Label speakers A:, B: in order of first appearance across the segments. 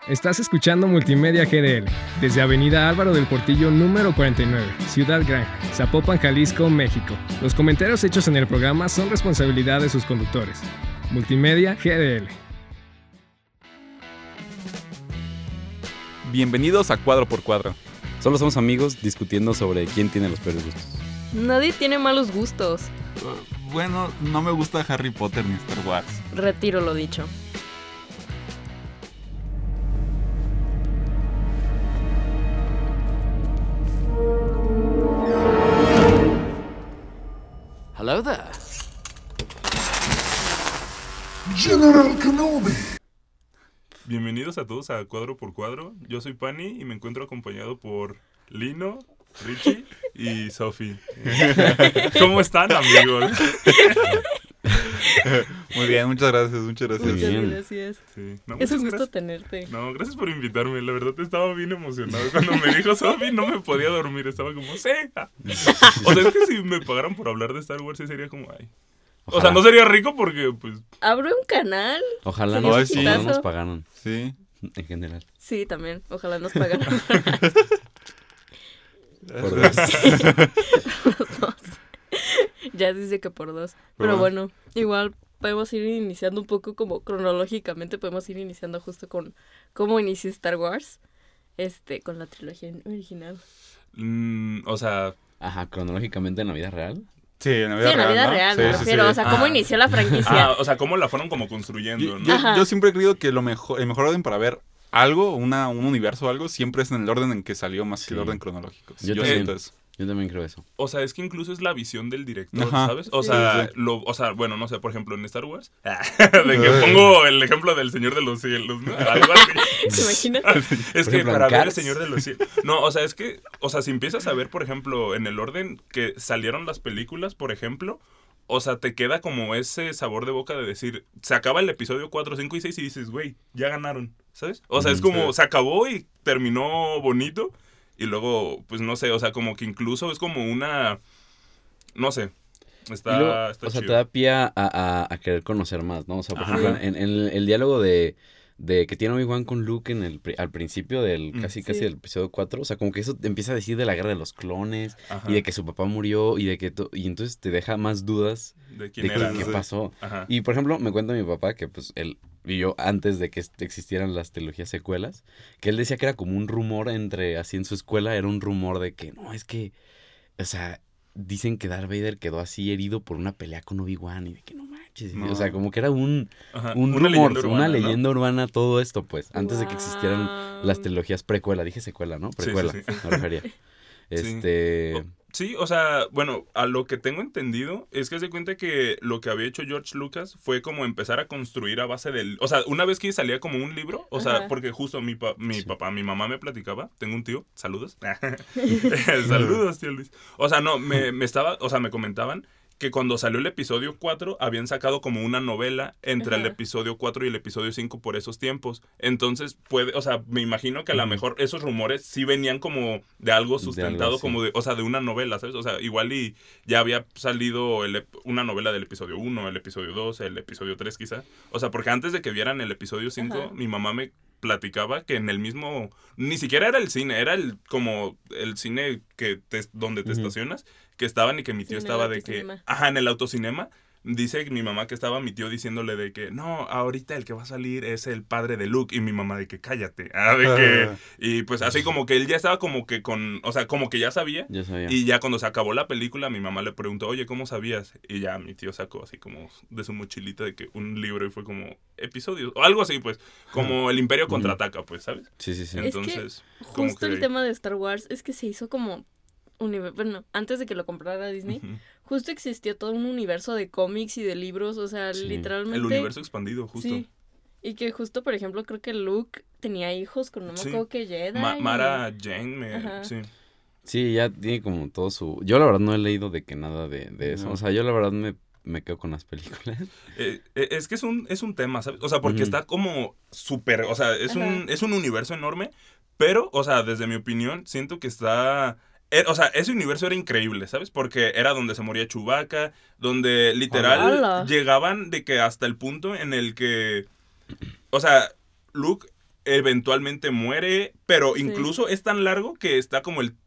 A: Estás escuchando Multimedia GDL, desde Avenida Álvaro del Portillo número 49, Ciudad Gran, Zapopan, Jalisco, México. Los comentarios hechos en el programa son responsabilidad de sus conductores. Multimedia GDL.
B: Bienvenidos a Cuadro por Cuadro. Solo somos amigos discutiendo sobre quién tiene los peores gustos.
C: Nadie tiene malos gustos.
D: Bueno, no me gusta Harry Potter ni Star Wars.
C: Retiro lo dicho.
E: Hello there.
F: General Kenobi.
G: Bienvenidos a todos a Cuadro por Cuadro. Yo soy Pani y me encuentro acompañado por Lino, Richie y Sophie. ¿Cómo están, amigos?
D: Muy bien, muchas gracias.
C: Muchas gracias.
G: Sí. No,
C: Es un
G: muchas
C: gusto
G: gracias.
C: tenerte.
G: No, gracias por invitarme. La verdad estaba bien emocionado. Cuando me dijo Sophie no me podía dormir. Estaba como, sí. O sea, es que si me pagaran por hablar de Star Wars sí sería como, ay.
B: Ojalá.
G: O sea, no sería rico porque, pues...
C: Abre un canal.
B: Ojalá
C: Sería
B: no,
C: un
B: sí,
C: hitazo.
B: no nos pagaran,
D: Sí.
B: en general.
C: Sí, también. Ojalá nos pagaran.
B: Por dos.
C: Los dos. Ya dice que por dos. Pero bueno, igual podemos ir iniciando un poco como cronológicamente. Podemos ir iniciando justo con cómo inició Star Wars. Con la trilogía original.
G: o sea...
B: Ajá, cronológicamente en la vida real.
D: Sí, en la vida
C: Sí, en la vida
D: ¿no?
C: real,
D: Sí,
C: me
D: sí,
C: refiero.
D: sí.
C: O sea, cómo inició la franquicia.
G: o sea, cómo la fueron como construyendo, ¿no?
D: Yo siempre he creído que el mejor orden para ver algo, un universo o algo, siempre es en el orden en que salió más que el orden cronológico.
B: Yo
D: Yo
B: también.
D: siento eso.
B: Yo también creo eso.
G: O sea, es que incluso es la visión del director,
D: Ajá.
G: ¿sabes? O
C: Sí.
G: sea, bueno, no sé, por ejemplo, en Star Wars, de que pongo el ejemplo del Señor de los Cielos, ¿no? Algo así.
C: ¿Se imagina?
G: Es
B: Por
G: que
B: ejemplo,
G: para
B: en
G: ver el
B: Cars.
G: Señor de los Cielos. No, o sea, es que, o sea, si empiezas a ver, por ejemplo, en el orden que salieron las películas, por ejemplo, o sea, te queda como ese sabor de boca de decir, se acaba el episodio 4, 5 y 6 y dices, güey, ya ganaron, ¿sabes? O sea, es como, se acabó y terminó bonito. Y luego, pues no sé, o sea, como que incluso es como una... No sé. Está,
B: Y luego,
G: está
B: o sea,
G: chido.
B: te da pie a querer conocer más, ¿no? O sea, por
G: Ajá.
B: ejemplo, en el diálogo de que tiene Obi-Wan con Luke al principio del casi
C: Sí.
B: del episodio 4, o sea, como que eso te empieza a decir de la guerra de los clones
G: Ajá.
B: y de que su papá murió y de que y entonces te deja más dudas
G: ¿De quién
B: de
G: era?
B: qué
G: ¿no?
B: pasó.
G: Ajá.
B: Y por ejemplo, me cuenta mi papá que pues él vivió antes de que existieran las trilogías secuelas, que él decía que era como un rumor así en su escuela, era un rumor de que no, es que, o sea, dicen que Darth Vader quedó así herido por una pelea con Obi-Wan y de que no manches,
D: No.
B: o sea, como que era un
G: Ajá.
B: rumor,
G: leyenda urbana,
B: una
G: ¿no?
B: leyenda urbana, todo esto, pues, antes de que
C: Guau.
B: existieran las trilogías precuela, dije secuela, ¿no?
G: Sí,
B: Precuela,
G: sí, sí.
B: me refería.
G: Sí, o sea, bueno, a lo que tengo entendido es que se cuenta que lo que había hecho George Lucas fue como empezar a construir a base del... O sea, una vez que salía como un libro, o sea,
C: Ajá.
G: porque justo mi
B: Sí.
G: papá, mi mamá me platicaba, tengo un tío, saludos. Saludos, tío Luis. O sea, no, me comentaban que cuando salió el episodio 4 habían sacado como una novela entre el
C: Ajá.
G: episodio 4 y el episodio 5 por esos tiempos. Entonces, o sea, me imagino que a lo mejor esos rumores sí venían como de algo sustentado,
B: así.
G: como o sea, de una novela, ¿sabes? O sea, igual y ya había salido una novela del episodio 1, el episodio 2, el episodio 3 quizá. O sea, porque antes de que vieran el episodio 5,
C: Ajá.
G: mi mamá me platicaba que en el mismo, ni siquiera era el cine, era como el cine donde te
B: Ujú.
G: estacionas, que estaban y que mi tío
C: En el
G: estaba de que,
C: autocinema.
G: ajá, en el autocinema, dice mi mamá que estaba mi tío diciéndole de que, no, ahorita el que va a salir es el padre de Luke, y mi mamá de que, cállate, de que, y pues así como que él ya estaba como que o sea, como que ya sabía,
B: Ya sabía.
G: y ya cuando se acabó la película, mi mamá le preguntó, oye, ¿cómo sabías? Y ya mi tío sacó así como de su mochilita de que un libro y fue como episodios, o algo así, pues, como el Imperio contraataca, pues, ¿sabes?
B: Sí, sí, sí.
C: Es que
G: Entonces, como
C: Justo
G: que...
C: el tema de Star Wars es que se hizo como... Bueno, antes de que lo comprara Disney,
G: Ujú.
C: justo existía todo un universo de cómics y de libros, o sea,
B: Sí.
C: literalmente...
G: El universo expandido, justo.
C: Sí. Y que justo, por ejemplo, creo que Luke tenía hijos con no me
G: Sí.
C: acuerdo qué Jedi.
G: Mara Jane,
C: Ajá.
G: sí.
B: Sí, ya tiene como todo su... Yo la verdad no he leído de que nada de eso.
D: No.
B: O sea, yo la verdad me quedo con las películas.
G: Es que es un tema, ¿sabes? O sea, porque
B: Ujú.
G: está como súper, o sea, es
C: Ajá.
G: es un universo enorme, pero, o sea, desde mi opinión, siento que está... O sea, ese universo era increíble, ¿sabes? Porque era donde se moría Chewbacca, donde literal
C: ¡Hala!
G: llegaban de que hasta el punto en el que... O sea, Luke eventualmente muere, pero
C: Sí.
G: incluso es tan largo que está como el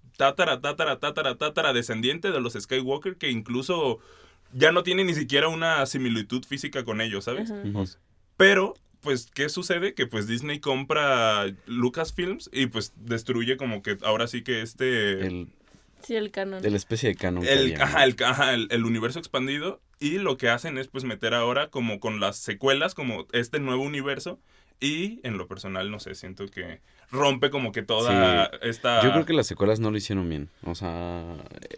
G: tatara descendiente de los Skywalker, que incluso ya no tiene ni siquiera una similitud física con ellos, ¿sabes?
C: Ajá.
B: Ujú.
G: Pero, pues, ¿qué sucede? Que pues Disney compra Lucasfilms y pues destruye como que ahora sí que
C: Sí, el canon.
B: De la especie de canon que había, ¿no?
G: el universo expandido, y lo que hacen es pues meter ahora como con las secuelas, como este nuevo universo, y en lo personal, no sé, siento que rompe como que toda
B: Sí.
G: esta...
B: Yo creo que las secuelas no lo hicieron bien. O sea,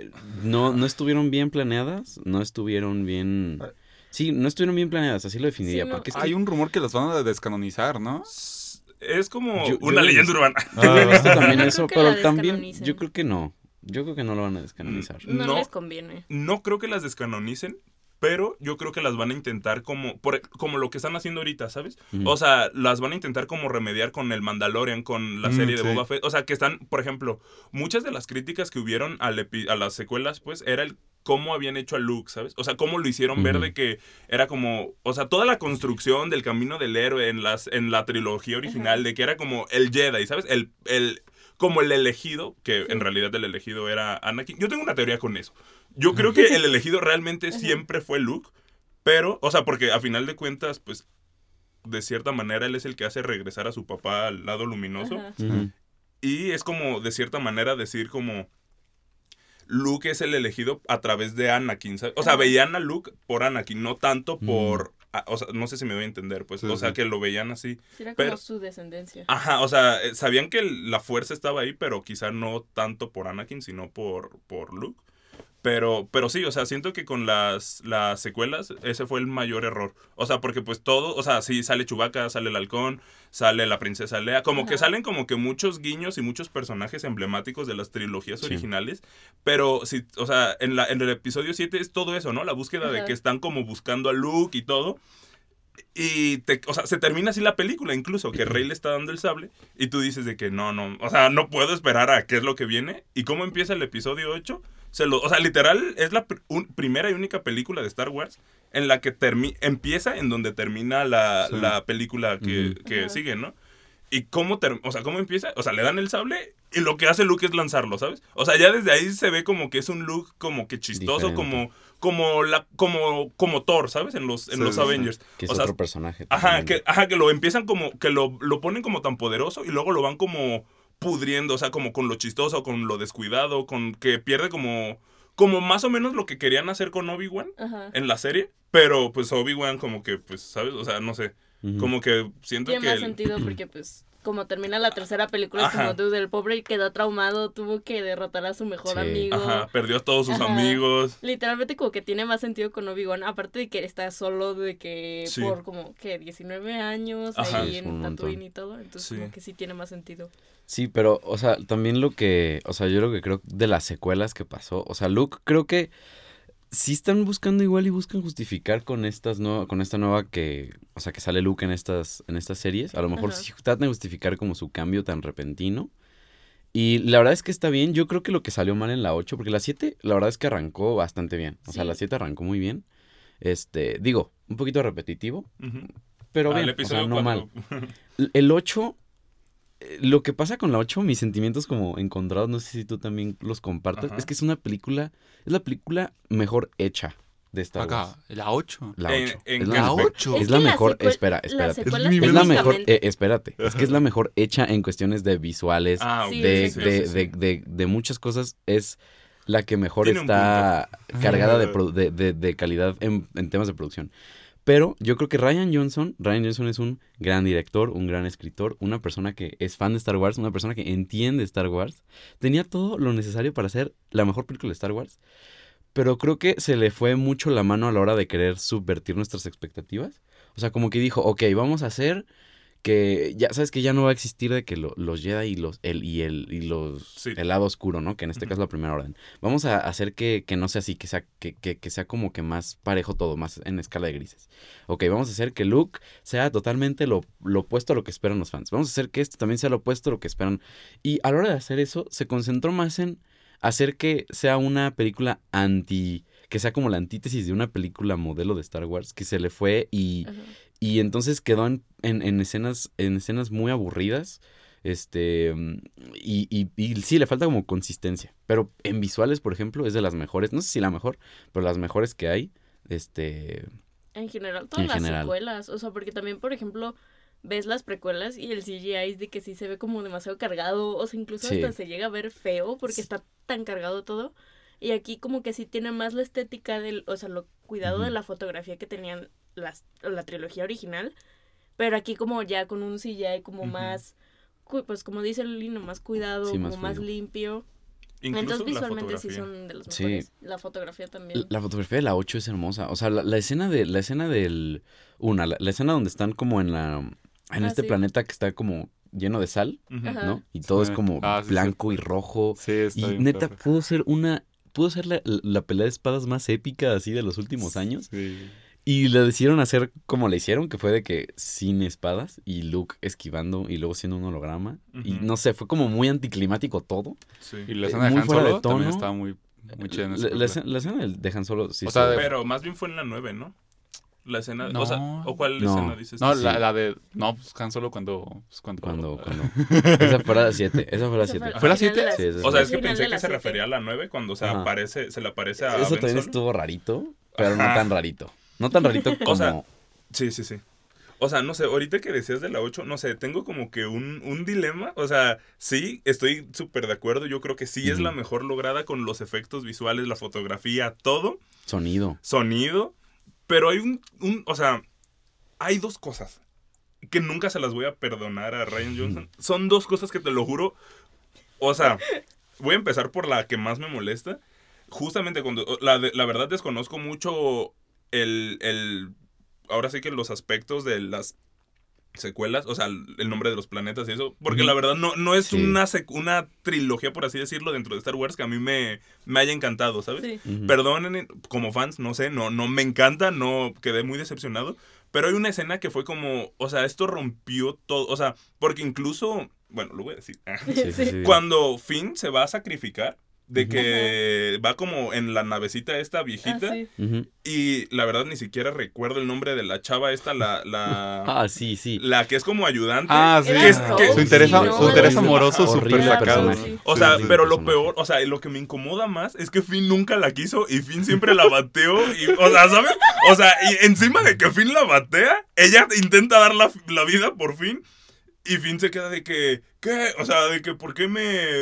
B: no estuvieron bien planeadas, no estuvieron bien... Sí, no estuvieron bien planeadas, así lo definiría.
C: Sí, no.
B: Porque es que
D: Hay un rumor que las van a descanonizar, ¿no?
G: Es como
B: Yo
G: una
B: he
G: leyenda
B: visto-
G: urbana.
B: yo he visto también
C: No
B: eso,
C: creo que la
B: pero también
C: descanonicen.
B: yo creo que no. Yo creo que no lo van a descanonizar.
C: No,
G: No.
C: les conviene.
G: No creo que las descanonicen, pero yo creo que las van a intentar como lo que están haciendo ahorita, ¿sabes?
B: Ujú.
G: O sea, las van a intentar como remediar con el Mandalorian, con la serie de
D: sí.
G: Boba Fett. O sea, que están, por ejemplo, muchas de las críticas que hubieron a las secuelas, pues, era el cómo habían hecho a Luke, ¿sabes? O sea, cómo lo hicieron ver
B: Ujú.
G: de que era como, o sea, toda la construcción del camino del héroe en la trilogía original,
C: Ajá.
G: de que era como el Jedi, ¿sabes? Como el elegido, que en realidad el elegido era Anakin. Yo tengo una teoría con eso. Yo creo que el elegido realmente siempre fue Luke, pero, o sea, porque a final de cuentas, pues, de cierta manera él es el que hace regresar a su papá al lado luminoso.
C: Ajá.
B: Ujú.
G: Y es como, de cierta manera, decir como Luke es el elegido a través de Anakin, ¿sabes? O sea,
C: Ajá.
G: veían a Luke por Anakin, no tanto por... o sea, no sé si me voy a entender, pues.
D: Sí,
G: o sea,
D: sí.
G: que lo veían así.
C: Sí, era
G: Pero-
C: como su descendencia.
G: Ajá, o sea, sabían que la fuerza estaba ahí, pero quizá no tanto por Anakin, sino por Luke. Pero sí, o sea, siento que con las secuelas ese fue el mayor error. O sea, porque pues todo, o sea, sí sale Chewbacca, sale el halcón, sale la princesa Leia, como que
C: Ajá.
G: salen como que muchos guiños y muchos personajes emblemáticos de las trilogías
B: Sí.
G: originales, pero sí, o sea, en el episodio 7 es todo eso, ¿no? La búsqueda de
C: Ajá.
G: que están como buscando a Luke y todo. Y o sea, se termina así la película, incluso que Rey le está dando el sable y tú dices de que no, o sea, no puedo esperar a qué es lo que viene. ¿Y cómo empieza el episodio 8? O sea, literal es la primera y única película de Star Wars en la que empieza en donde termina
D: Sí.
G: la película que
C: Ajá.
G: sigue, ¿no? ¿Y cómo empieza? O sea, le dan el sable y lo que hace Luke es lanzarlo, ¿sabes? O sea, ya desde ahí se ve como que es un Luke como que chistoso,
B: Diferente.
G: como Thor, ¿sabes? En los
D: Sí,
G: los
D: sí,
G: Avengers.
B: Que es
G: O sea,
B: otro personaje.
G: Ajá,
B: totalmente.
G: que lo empiezan como, que lo ponen como tan poderoso y luego lo van como pudriendo, o sea, como con lo chistoso, con lo descuidado, con que pierde como más o menos lo que querían hacer con Obi-Wan
C: Ajá.
G: en la serie, pero pues Obi-Wan como que, pues, ¿sabes? O sea, no sé,
B: Ujú.
G: como que siento
C: Tiene
G: que...
C: más sentido porque, pues, como termina la tercera película, es
G: Ajá.
C: como dude, el pobre quedó traumado, tuvo que derrotar a su mejor
B: Sí.
C: amigo.
G: Ajá, perdió a todos sus
C: Ajá.
G: amigos.
C: Literalmente como que tiene más sentido con Obi-Wan, aparte de que está solo de que
G: Sí.
C: por como que 19 años
G: Ajá.
C: ahí
B: Es un
C: en
B: montón.
C: Tatooine y todo, entonces
G: Sí.
C: como que sí tiene más sentido.
B: Sí, pero, o sea, también o sea, yo lo que creo de las secuelas que pasó, o sea, Luke creo que sí están buscando igual y buscan justificar con esta nueva que, o sea, que sale Luke en estas series, a lo mejor
C: Ajá.
B: sí tratan de justificar como su cambio tan repentino. Y la verdad es que está bien, yo creo que lo que salió mal en la 8, porque la 7, la verdad es que arrancó bastante bien, o sea,
C: Sí.
B: la 7 arrancó muy bien. Digo, un poquito repetitivo,
G: Ujú.
B: pero
G: Ah,
B: bien,
G: el episodio
B: o sea, no
G: 4.
B: mal. El 8, lo que pasa con la 8, mis sentimientos como encontrados, no sé si tú también los compartas,
G: Ajá.
B: es que es la película mejor hecha de Star Wars.
D: Acá, la 8.
B: La 8.
G: ¿En
B: es
G: qué
B: la
D: La
B: mejor.
D: 8.
B: Es la
C: que
B: mejor,
C: las
B: espérate.
C: secuelas
D: mi
B: Es la mejor,
C: técnicamente-
B: espérate, es que es la mejor hecha en cuestiones de visuales,
G: Ah, ok,
C: Sí,
B: de,
C: exacto.
B: de,
G: sí.
B: de muchas cosas, es la que mejor
G: Tiene un
B: está cargada
D: Ah.
B: de calidad en temas de producción. Pero yo creo que Rian Johnson es un gran director, un gran escritor, una persona que es fan de Star Wars, una persona que entiende Star Wars. Tenía todo lo necesario para hacer la mejor película de Star Wars, pero creo que se le fue mucho la mano a la hora de querer subvertir nuestras expectativas. O sea, como que dijo, ok, vamos a hacer que ya sabes que ya no va a existir de que los Jedi y
G: Sí.
B: el lado oscuro, ¿no? Que en este
G: Ujú.
B: caso es la primera orden. Vamos a hacer que no sea así, que sea como que más parejo todo, más en escala de grises. Ok, vamos a hacer que Luke sea totalmente lo opuesto a lo que esperan los fans. Vamos a hacer que esto también sea lo opuesto a lo que esperan. Y a la hora de hacer eso, se concentró más en hacer que sea una película que sea como la antítesis de una película modelo de Star Wars, que se le fue y entonces quedó en escenas muy aburridas. Y sí, le falta como consistencia. Pero en visuales, por ejemplo, es de las mejores. No sé si la mejor, pero las mejores que hay.
C: En general, todas las secuelas. O sea, porque también, por ejemplo, ves las precuelas y el CGI es de que sí se ve como demasiado cargado. O sea, incluso hasta se llega a ver feo porque está tan cargado todo. Y aquí como que sí tiene más la estética o sea, lo cuidado de la fotografía que tenían la trilogía original. Pero aquí como ya con un CGI como más, pues como dice Lino, más cuidado, sí, como más limpio.
G: Incluso
C: entonces visualmente sí son de los mejores. Sí. La fotografía también.
B: La fotografía de la 8 es hermosa. O sea, la escena del... La escena donde están como en este planeta que está como lleno de sal, ¿no? Y todo es como blanco y rojo. Sí, está bien. Y neta, pudo ser la pelea de espadas más épica así de los últimos años. Sí. Y le decidieron hacer como le hicieron, que fue de que sin espadas y Luke esquivando y luego siendo un holograma. Y no sé, fue como muy anticlimático todo.
D: Sí. Y la escena de Han Solo también estaba muy chida en esa película.
B: La escena de Han Solo sí.
G: O sea, pero más bien fue en la 9, ¿no? La escena, no, o sea, ¿o cuál escena dices?
D: No, la de... No, pues Han Solo cuando...
B: Esa fue la 7.
D: ¿Fue la 7?
B: Sí,
G: o sea, es que pensé que se refería a la 9 cuando se le aparece a
B: Eso también estuvo rarito, pero no tan rarito. No tan rarito como...
G: O sea, sí. O sea, no sé, ahorita que decías de la 8, no sé, tengo como que un dilema. O sea, sí, estoy súper de acuerdo. Yo creo que sí es la mejor lograda con los efectos visuales, la fotografía, todo.
B: Sonido.
G: Pero hay o sea, hay dos cosas que nunca se las voy a perdonar a Rian Johnson. Son dos cosas que te lo juro. O sea, voy a empezar por la que más me molesta. Justamente cuando, la verdad desconozco mucho ahora sí que los aspectos de las secuelas, o sea, el nombre de los planetas y eso, porque la verdad no es una trilogía, por así decirlo, dentro de Star Wars que a mí me haya encantado, ¿sabes? Sí. Perdonen, como fans, no sé, no me encanta, no quedé muy decepcionado, pero hay una escena que fue como, o sea, esto rompió todo, o sea, porque incluso, bueno, lo voy a decir, cuando Finn se va a sacrificar, de que va como en la navecita esta viejita. Y la verdad ni siquiera recuerdo el nombre de la chava esta,
B: sí.
G: La que es como ayudante.
D: Su interés amoroso súper sacado.
G: O sea, pero lo peor, o sea, lo que me incomoda más es que Finn nunca la quiso y Finn siempre la bateó. O sea, ¿sabes? O sea, y encima de que Finn la batea, ella intenta dar la vida por Finn. Y Finn se queda de que, ¿qué? O sea, de que, ¿por qué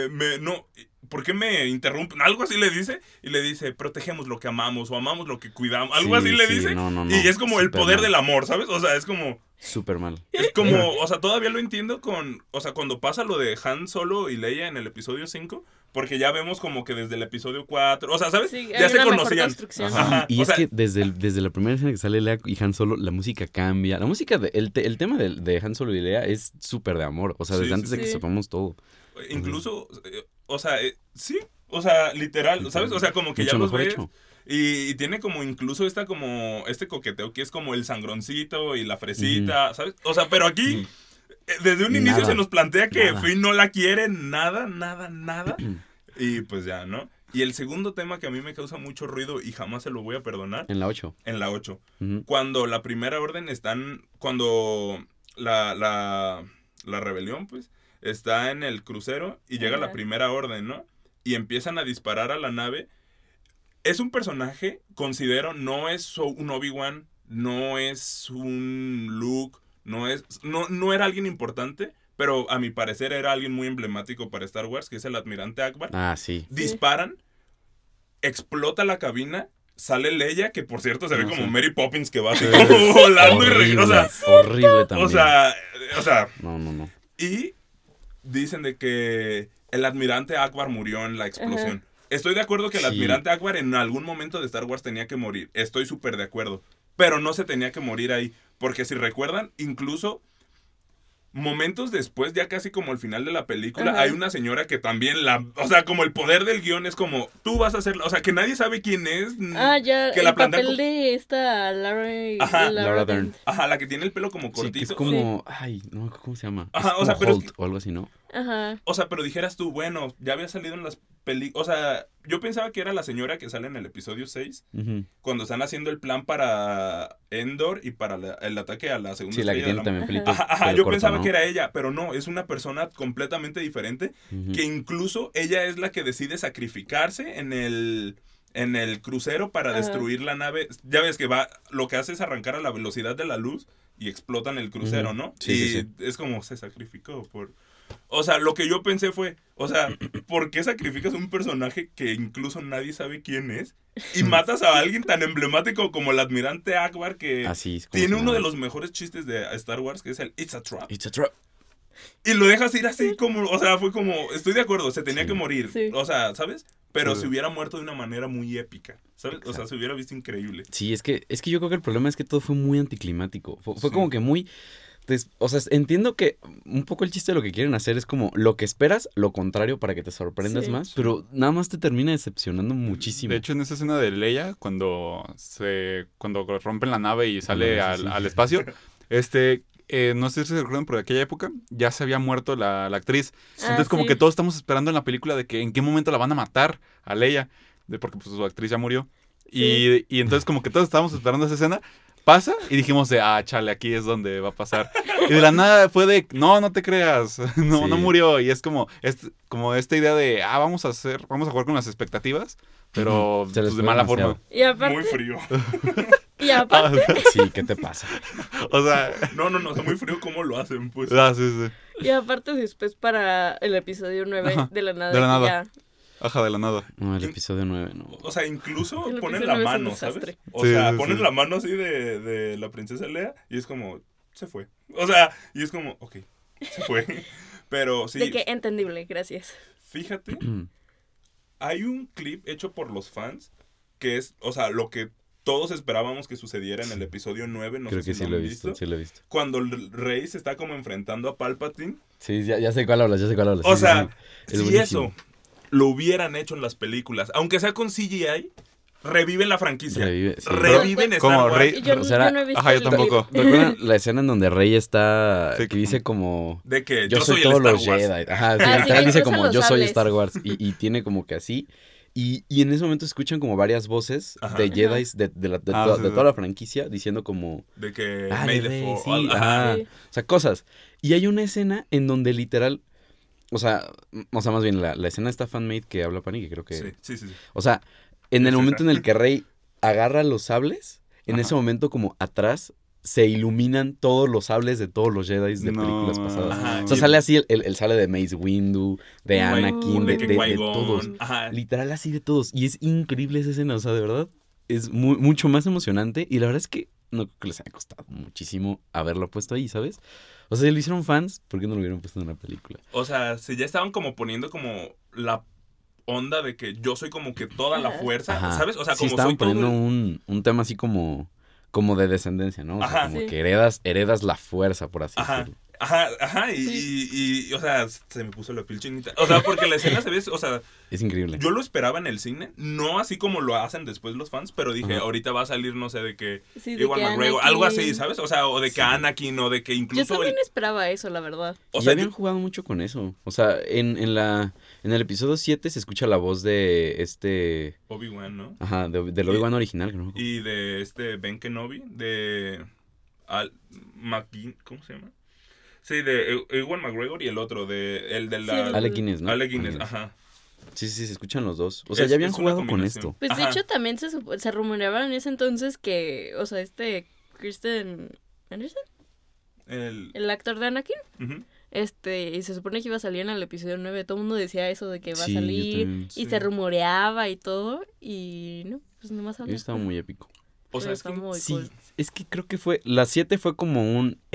G: ¿por qué me interrumpen? Algo así le dice. Y le dice, protegemos lo que amamos o amamos lo que cuidamos. Algo así le dice. No. Y es como el poder del amor, ¿sabes? O sea, es como...
B: Súper mal.
G: Es como, o sea, todavía lo entiendo o sea, cuando pasa lo de Han Solo y Leia en el episodio 5, porque ya vemos como que desde el episodio 4, o sea, ¿sabes?
C: Sí,
G: ya se conocían.
B: Ajá. Y es que desde la primera escena que sale Leia y Han Solo, la música cambia. La música, el tema de Han Solo y Leia es súper de amor. O sea, desde antes de que sepamos todo.
G: Incluso, o sea, sí, o sea, literal, ¿sabes? O sea, como que mucho ya los ves. Y tiene como incluso este coqueteo que es como el sangroncito y la fresita, ¿sabes? O sea, pero aquí, desde un inicio se nos plantea que Finn no la quiere, nada. Y pues ya, ¿no? Y el segundo tema que a mí me causa mucho ruido y jamás se lo voy a perdonar.
B: En la 8.
G: Cuando la Primera Orden cuando la rebelión, pues, está en el crucero y llega la Primera Orden, ¿no? Y empiezan a disparar a la nave. Es un personaje, considero, no es un Obi-Wan, no es un Luke, no era alguien importante, pero a mi parecer era alguien muy emblemático para Star Wars, que es el Almirante Akbar.
B: Ah, sí.
G: Disparan, explota la cabina, sale Leia, que por cierto se ve como Mary Poppins que va así como volando y regresa.
B: Horrible también.
G: O sea.
B: No.
G: Y dicen de que el Almirante Akbar murió en la explosión. Estoy de acuerdo que el Almirante Akbar en algún momento de Star Wars tenía que morir. Estoy súper de acuerdo. Pero no se tenía que morir ahí. Porque si recuerdan, incluso momentos después, ya casi como al final de la película, hay una señora que también o sea, como el poder del guión es como, tú vas a hacerla, o sea, que nadie sabe quién es.
C: Ya,
G: que
C: el papel de esta Laura
B: Dern.
G: Ajá, la que tiene el pelo como cortito.
B: Sí, que es como, ay, no, ¿cómo se llama?
G: Ajá,
B: o sea,
G: pero
B: Holt, o algo así, ¿no?
C: Ajá.
G: O sea, pero dijeras tú, bueno, ya había salido en las películas, o sea, yo pensaba que era la señora que sale en el episodio 6,
B: Ujú.
G: cuando están haciendo el plan para Endor y para el ataque a la segunda
B: Sí, la que
G: estrella
B: tiene
G: de la
B: también
G: muerte.
B: pelito.
G: Ajá,
B: pelo
G: yo
B: corto,
G: pensaba
B: ¿no?
G: que era ella, pero no, es una persona completamente diferente,
B: Ujú.
G: que incluso ella es la que decide sacrificarse en el crucero para
C: Ajá.
G: destruir la nave. Ya ves que lo que hace es arrancar a la velocidad de la luz y explotan el crucero,
B: Ujú.
G: ¿no?
B: Sí,
G: y
B: sí, sí.
G: es como se sacrificó por... O sea, lo que yo pensé fue, o sea, ¿por qué sacrificas a un personaje que incluso nadie sabe quién es? Y matas a alguien tan emblemático como el almirante Akbar, que
B: Así es como
G: tiene
B: se
G: uno de
B: llama.
G: los mejores chistes de Star Wars, que es el It's a Trap.
B: It's a trap.
G: Y lo dejas ir así como, o sea, fue como, estoy de acuerdo, se tenía
B: Sí.
G: que morir,
C: Sí.
G: o sea, ¿sabes? Pero
D: Sí.
G: se hubiera muerto de una manera muy épica, ¿sabes? O sea, se hubiera visto increíble.
B: Sí, es que yo creo que el problema es que todo fue muy anticlimático. Fue
G: Sí.
B: como que muy... O sea, entiendo que un poco el chiste de lo que quieren hacer es como lo que esperas, lo contrario para que te sorprendas
C: Sí.
B: más, pero nada más te termina decepcionando muchísimo.
D: De hecho, en esa escena de Leia, cuando rompen la nave y sale
B: No, sí, sí.
D: al espacio, no sé si se recuerdan, pero de aquella época ya se había muerto la actriz. Entonces, como
C: sí.
D: que todos estamos esperando en la película de que en qué momento la van a matar a Leia, porque pues su actriz ya murió.
C: Sí.
D: Y entonces como que todos estábamos esperando esa escena. Pasa y dijimos chale, aquí es donde va a pasar. Y de la nada fue de, no te creas, no
B: Sí.
D: murió. Y es como esta idea de, vamos a jugar con las expectativas, pero
B: Se les
D: pues, de
B: fue
D: mala
B: demasiado.
D: forma.
C: Y aparte,
G: Muy frío.
C: y aparte,
B: Sí, ¿qué te pasa?
D: O sea,
G: No, está muy frío cómo lo hacen, pues.
D: sí.
C: y aparte después para el episodio 9
D: Ajá,
C: de la nada.
D: de la
C: que
D: nada.
C: ya-
D: Ajá, de la nada.
B: No, el episodio 9, no.
G: O sea, incluso
C: El
G: ponen
C: episodio
G: la
C: nueve es un
G: mano, ¿sabes?
C: desastre.
G: O
D: Sí,
G: sea,
D: sí,
G: ponen
D: sí.
G: la mano así de la princesa Leia y es como, se fue. O sea, y es como, ok, se fue. Pero sí,
C: De que entendible, gracias.
G: fíjate, hay un clip hecho por los fans que es, o sea, lo que todos esperábamos que sucediera en el episodio 9, no
B: Creo
G: sé
B: que
G: si
B: sí
G: lo
B: lo he
G: han
B: visto, sí lo he visto.
G: Cuando el rey se está como enfrentando a Palpatine.
B: Sí, ya sé cuál hablas, ya sé cuál hablas.
G: O
B: Sí,
G: sea,
B: sí, sí. Es
G: si
B: buenísimo.
G: eso lo hubieran hecho en las películas, aunque sea con CGI, reviven la franquicia.
B: Revive, sí.
G: Reviven Star
D: Como
G: Wars.
D: Rey-
C: Yo,
B: o sea,
C: yo no he visto
D: ajá, yo
C: el
D: tampoco.
C: clip.
B: ¿Recuerdan la escena en donde Rey está,
D: Sí,
B: que dice como...
G: De que
B: Yo soy
G: el
B: todos
G: Star
B: los
G: Wars.
B: Jedi. Ajá, sí,
C: Ah, sí,
B: literal
C: que
B: dice
C: cruzan
B: como
C: los
B: yo soy
C: sables.
B: Star Wars. Y tiene como que así. Y en ese momento escuchan como varias voces
G: Ajá.
B: de Jedi de
D: Sí,
B: toda la franquicia diciendo como...
G: De que
B: Ah,
G: May
B: de
G: the
B: Rey,
G: Fourth.
B: sí,
G: Ajá.
B: ajá.
C: Sí.
B: O sea, cosas. Y hay una escena en donde literal... O sea, más bien, la escena está fanmade que habla Pani, que creo que...
G: Sí.
B: O sea, en el
G: Es
B: momento
G: esa.
B: en el que Rey agarra los sables, en
D: Ajá.
B: ese momento como atrás se iluminan todos los sables de todos los Jedi de
D: No.
B: películas pasadas.
G: Ajá.
B: O sea, sale así el sale de Mace Windu, de
G: Qui-
B: Anakin,
G: de
B: de,
G: que
B: de
G: Qui-Gon,
B: todos.
G: Ajá.
B: Literal así de todos. Y es increíble esa escena, o sea, de verdad. Es mucho más emocionante. Y la verdad es que no creo que les haya costado muchísimo haberlo puesto ahí, ¿sabes? O sea, si lo hicieron fans, ¿por qué no lo hubieran puesto en una película?
G: O sea, si ya estaban como poniendo como la onda de que yo soy como que toda la fuerza,
B: Ajá.
G: ¿sabes? O sea,
B: sí,
G: como
B: estaban
G: soy todo...
B: poniendo un tema así como de descendencia, ¿no? O sea,
G: Ajá.
B: como
C: Sí.
B: que heredas la fuerza, por así
G: Ajá.
B: decirlo.
G: Ajá, y, o sea, se me puso la piel chinita. O sea, porque la escena se ve, o sea,
B: Es increíble.
G: yo lo esperaba en el cine, no así como lo hacen después los fans, pero dije,
B: Ajá.
G: ahorita va a salir, no sé, de que
C: Sí, de
G: Ewan
C: que
G: McGregor,
C: Anakin-
G: algo así, ¿sabes? O sea, o de que
B: Sí.
G: Anakin, o de que
C: Yo
G: incluso...
C: también esperaba eso, la verdad.
G: o
B: Y
G: sea,
B: habían jugado mucho con eso. O sea, en el episodio 7 se escucha la voz de
G: Obi-Wan, ¿no?
B: Ajá, del Obi-Wan original, que no me acuerdo.
G: Y de Ben Kenobi, de McGinn, ¿cómo se llama? Sí, de Ewan McGregor y el otro, el de la...
C: Sí, el-
B: Alec Guinness, ¿no?
G: Alec Guinness,
B: Alec
G: ajá.
B: Sí, se escuchan los dos. O sea, ya habían
G: es una
B: jugado con
G: combinación.
B: esto.
C: Pues de
G: Ajá.
C: hecho también se rumoreaba en ese entonces que, o sea, Kristen Anderson, el actor de Anakin,
G: Ujú.
C: y se supone que iba a salir en el episodio 9, todo el mundo decía eso de que va
B: Sí,
C: a
B: yo
C: salir,
B: también,
C: y
G: sí.
C: se rumoreaba y todo, y no, pues nomás
B: Eso
C: salió.
B: estaba muy épico.
G: O sea,
C: Pero
G: es que...
C: está muy
B: Sí,
C: cool.
B: es que creo que la 7 fue como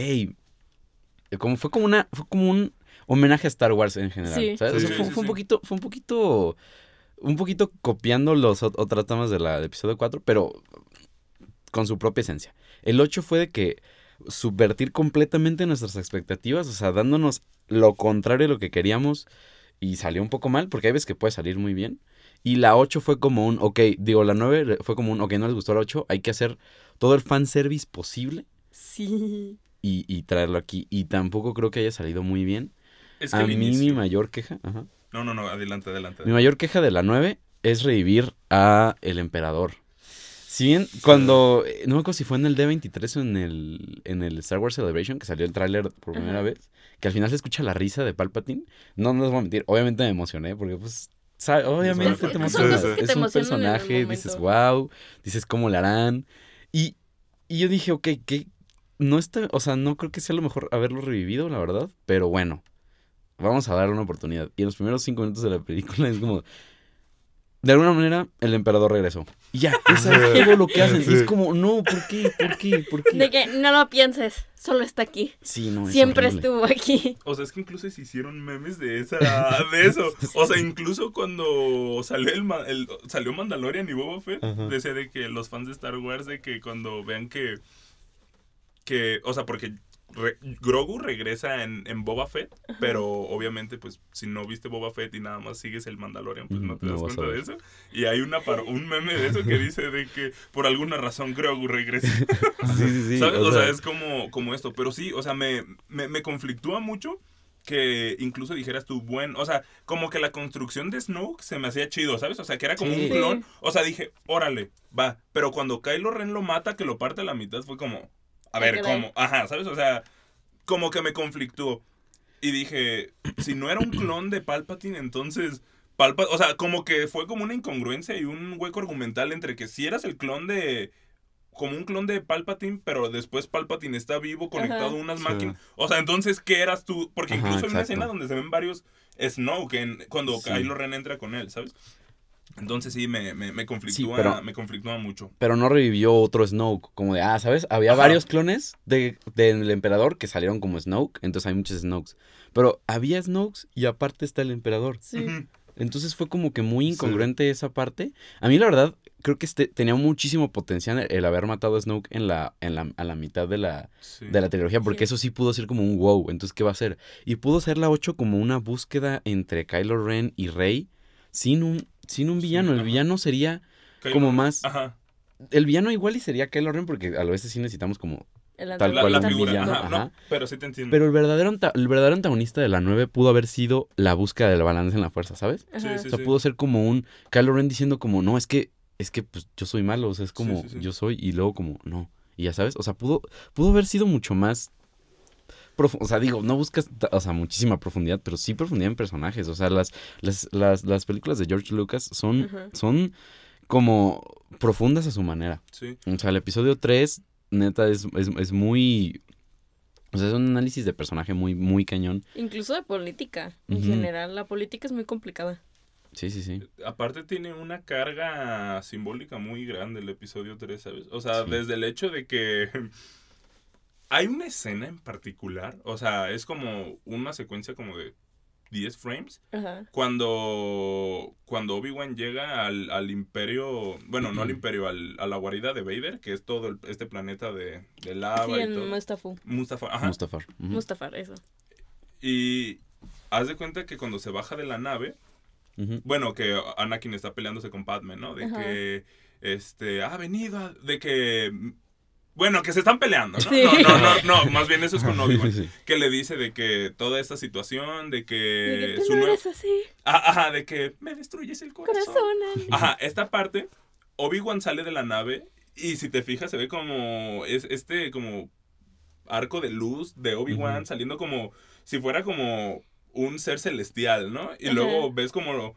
B: fue como un homenaje a Star Wars en general,
C: Sí.
B: ¿sabes? O sea,
G: Sí,
B: fue
G: sí,
B: un
G: sí.
B: poquito copiando los otras tomas del episodio 4, pero con su propia esencia. El 8 fue de que subvertir completamente nuestras expectativas, o sea, dándonos lo contrario de lo que queríamos y salió un poco mal, porque hay veces que puede salir muy bien. Y la 8 fue como la 9 fue como no les gustó la 8, hay que hacer todo el fanservice posible
C: Sí.
B: y traerlo aquí. Y tampoco creo que haya salido muy bien.
G: Es que
B: A
G: el
B: mí
G: inicio-
B: mi mayor queja, ajá.
G: No, adelante.
B: Mi mayor queja de la 9 es revivir a el emperador. Si bien cuando, no me acuerdo si fue en el D23 o en el Star Wars Celebration, que salió el tráiler por primera vez, que al final se escucha la risa de Palpatine, no les voy a mentir, obviamente me emocioné, porque pues, obviamente te emocionas, es un personaje, dices, wow, dices cómo le harán, y yo dije, ok, que no está, o sea, no creo que sea lo mejor haberlo revivido, la verdad, pero bueno, vamos a darle una oportunidad, y en los primeros 5 minutos de la película es como... De alguna manera, el emperador regresó. Y ya, eso es todo lo que hacen. Y es como, no, ¿por qué?
C: De que no lo pienses, solo está aquí.
B: Sí, no, es
C: siempre
B: horrible.
C: Estuvo aquí.
G: O sea, es que incluso se hicieron memes de eso. O sea, incluso cuando salió Mandalorian y Boba Fett, decía de que los fans de Star Wars, de que cuando vean que o sea, porque... Grogu regresa en Boba Fett, pero obviamente pues si no viste Boba Fett y nada más sigues el Mandalorian, pues no te das cuenta de eso. Y hay un meme de eso que dice de que por alguna razón Grogu regresa.
B: Sí.
G: ¿Sabes? O sea, es como esto. Pero sí, o sea, me conflictúa mucho que incluso dijeras tú, bueno, o sea, como que la construcción de Snoke se me hacía chido, ¿sabes? O sea, que era como un clon. O sea, dije, órale, va. Pero cuando Kylo Ren lo mata, que lo parte a la mitad, fue como... A ver, ¿cómo? Ajá, ¿sabes? O sea, como que me conflictuó. Y dije, si no era un clon de Palpatine, entonces... o sea, como que fue como una incongruencia y un hueco argumental entre que si eras el clon de... Como un clon de Palpatine, pero después Palpatine está vivo, conectado a unas máquinas. O sea, entonces, ¿qué eras tú? Porque incluso hay una escena donde se ven varios Snoke cuando Kylo Ren entra con él, ¿sabes? Entonces sí, me conflictúa, me conflictúa mucho.
B: Pero no revivió otro Snoke, como de, ¿sabes? Había varios clones del emperador que salieron como Snoke, entonces hay muchos Snokes. Pero había Snokes y aparte está el emperador.
C: Sí.
B: Entonces fue como que muy incongruente esa parte. A mí la verdad, creo que tenía muchísimo potencial el haber matado a Snoke a la mitad de la trilogía, porque eso sí pudo ser como un wow, entonces ¿qué va a ser? Y pudo ser la 8 como una búsqueda entre Kylo Ren y Rey sin un villano. El villano sería como más...
G: Ajá.
B: El villano igual y sería Kylo Ren, porque a veces sí necesitamos como... tal cual
G: la
B: un
G: figura.
B: villano.
G: Ajá. No, pero sí te entiendo.
B: Pero el verdadero antagonista de la 9 pudo haber sido la búsqueda del balance en la fuerza, ¿sabes?
G: Sí,
B: o sea, pudo ser como un Kylo Ren diciendo como, no, es que pues yo soy malo, o sea, es como yo soy, y luego como, no. Y ya sabes, o sea, pudo haber sido mucho más... O sea, digo, no buscas, o sea, muchísima profundidad, pero sí profundidad en personajes. O sea, las películas de George Lucas son como profundas a su manera.
G: Sí.
B: O sea, el episodio 3, neta, es muy... O sea, es un análisis de personaje muy, muy cañón.
C: Incluso de política. En general, la política es muy complicada.
B: Sí.
G: Aparte tiene una carga simbólica muy grande el episodio 3, ¿sabes? O sea, desde el hecho de que... Hay una escena en particular, o sea, es como una secuencia como de 10 frames, cuando Obi-Wan llega al imperio, bueno, no al imperio, a la guarida de Vader, que es todo este planeta de lava y todo. Mustafar, ajá.
C: Mustafar, eso.
G: Y haz de cuenta que cuando se baja de la nave, bueno, que Anakin está peleándose con Padme, ¿no? De que, ha venido, de que... Bueno, que se están peleando, ¿no? Sí. No, más bien eso es con Obi-Wan. Sí. Que le dice de que toda esta situación, de que
C: tú no eres así.
G: Ajá, de que me destruyes el corazón. Ajá, esta parte, Obi-Wan sale de la nave y si te fijas se ve como como arco de luz de Obi-Wan saliendo como si fuera como un ser celestial, ¿no? Y luego ves como...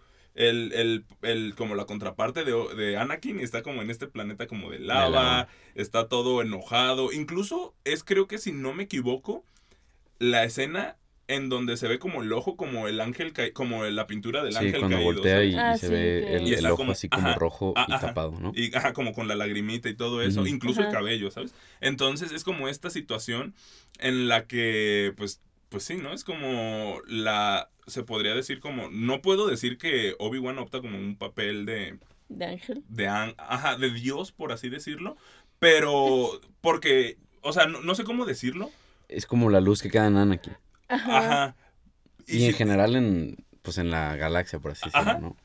G: como la contraparte de Anakin está como en este planeta como de lava, está todo enojado. Incluso creo que si no me equivoco, la escena en donde se ve como el ojo, como el ángel, como la pintura del ángel
B: cuando
G: caído.
B: Voltea y se ve el ojo como, así como rojo y tapado, ¿no?
G: Y como con la lagrimita y todo eso, incluso el cabello, ¿sabes? Entonces es como esta situación en la que, pues sí, ¿no? Es como se podría decir como... No puedo decir que Obi-Wan opta como un papel de...
C: ¿De ángel?
G: De Dios, por así decirlo. Pero... Porque... O sea, no sé cómo decirlo.
B: Es como la luz que queda en Anakin.
C: Ajá.
B: Y en general en la galaxia, por así decirlo, ¿no?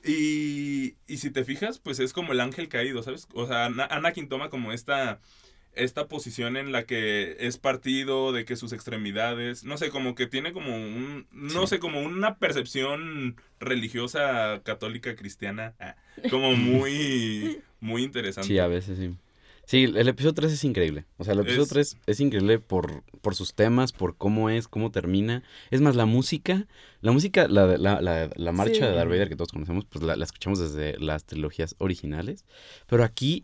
G: Y si te fijas, pues es como el ángel caído, ¿sabes? O sea, Anakin toma como esta esta posición en la que es partido, de que sus extremidades, no sé, como que tiene como como una percepción religiosa, católica, cristiana, como muy, muy interesante.
B: Sí, a veces sí. Sí, el episodio 3 es increíble. O sea, el episodio 3 es increíble por sus temas, por cómo es, cómo termina. Es más, la música, la marcha de Darth Vader que todos conocemos, pues la escuchamos desde las trilogías originales. Pero aquí,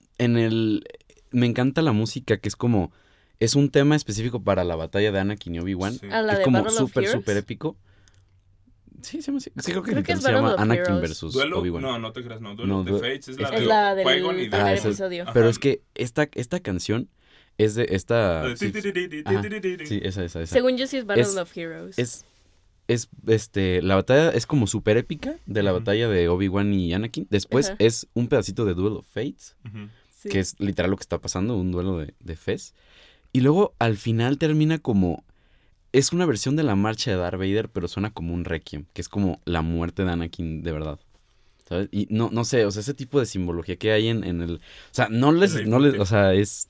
B: me encanta la música, que es como, es un tema específico para la batalla de Anakin y Obi-Wan.
G: Sí.
B: Que es como súper épico. Sí, creo que se llama Anakin versus Obi-Wan.
G: No te creas, no. Duel of the Fates es
C: la
G: de Qui-Gon y
C: primer
G: de...
C: episodio.
B: Pero es que esta canción es de esta... Sí, esa.
C: Según yo sí es Battle of Heroes.
B: La batalla es como súper épica de la batalla de Obi-Wan y Anakin. Después es un pedacito de Duel of Fates, que es literal lo que está pasando, un duelo de Fes. Y luego al final termina como... Es una versión de la marcha de Darth Vader, pero suena como un requiem, que es como la muerte de Anakin de verdad. ¿Sabes? Y no sé, o sea, ese tipo de simbología que hay en el... O sea, o sea, es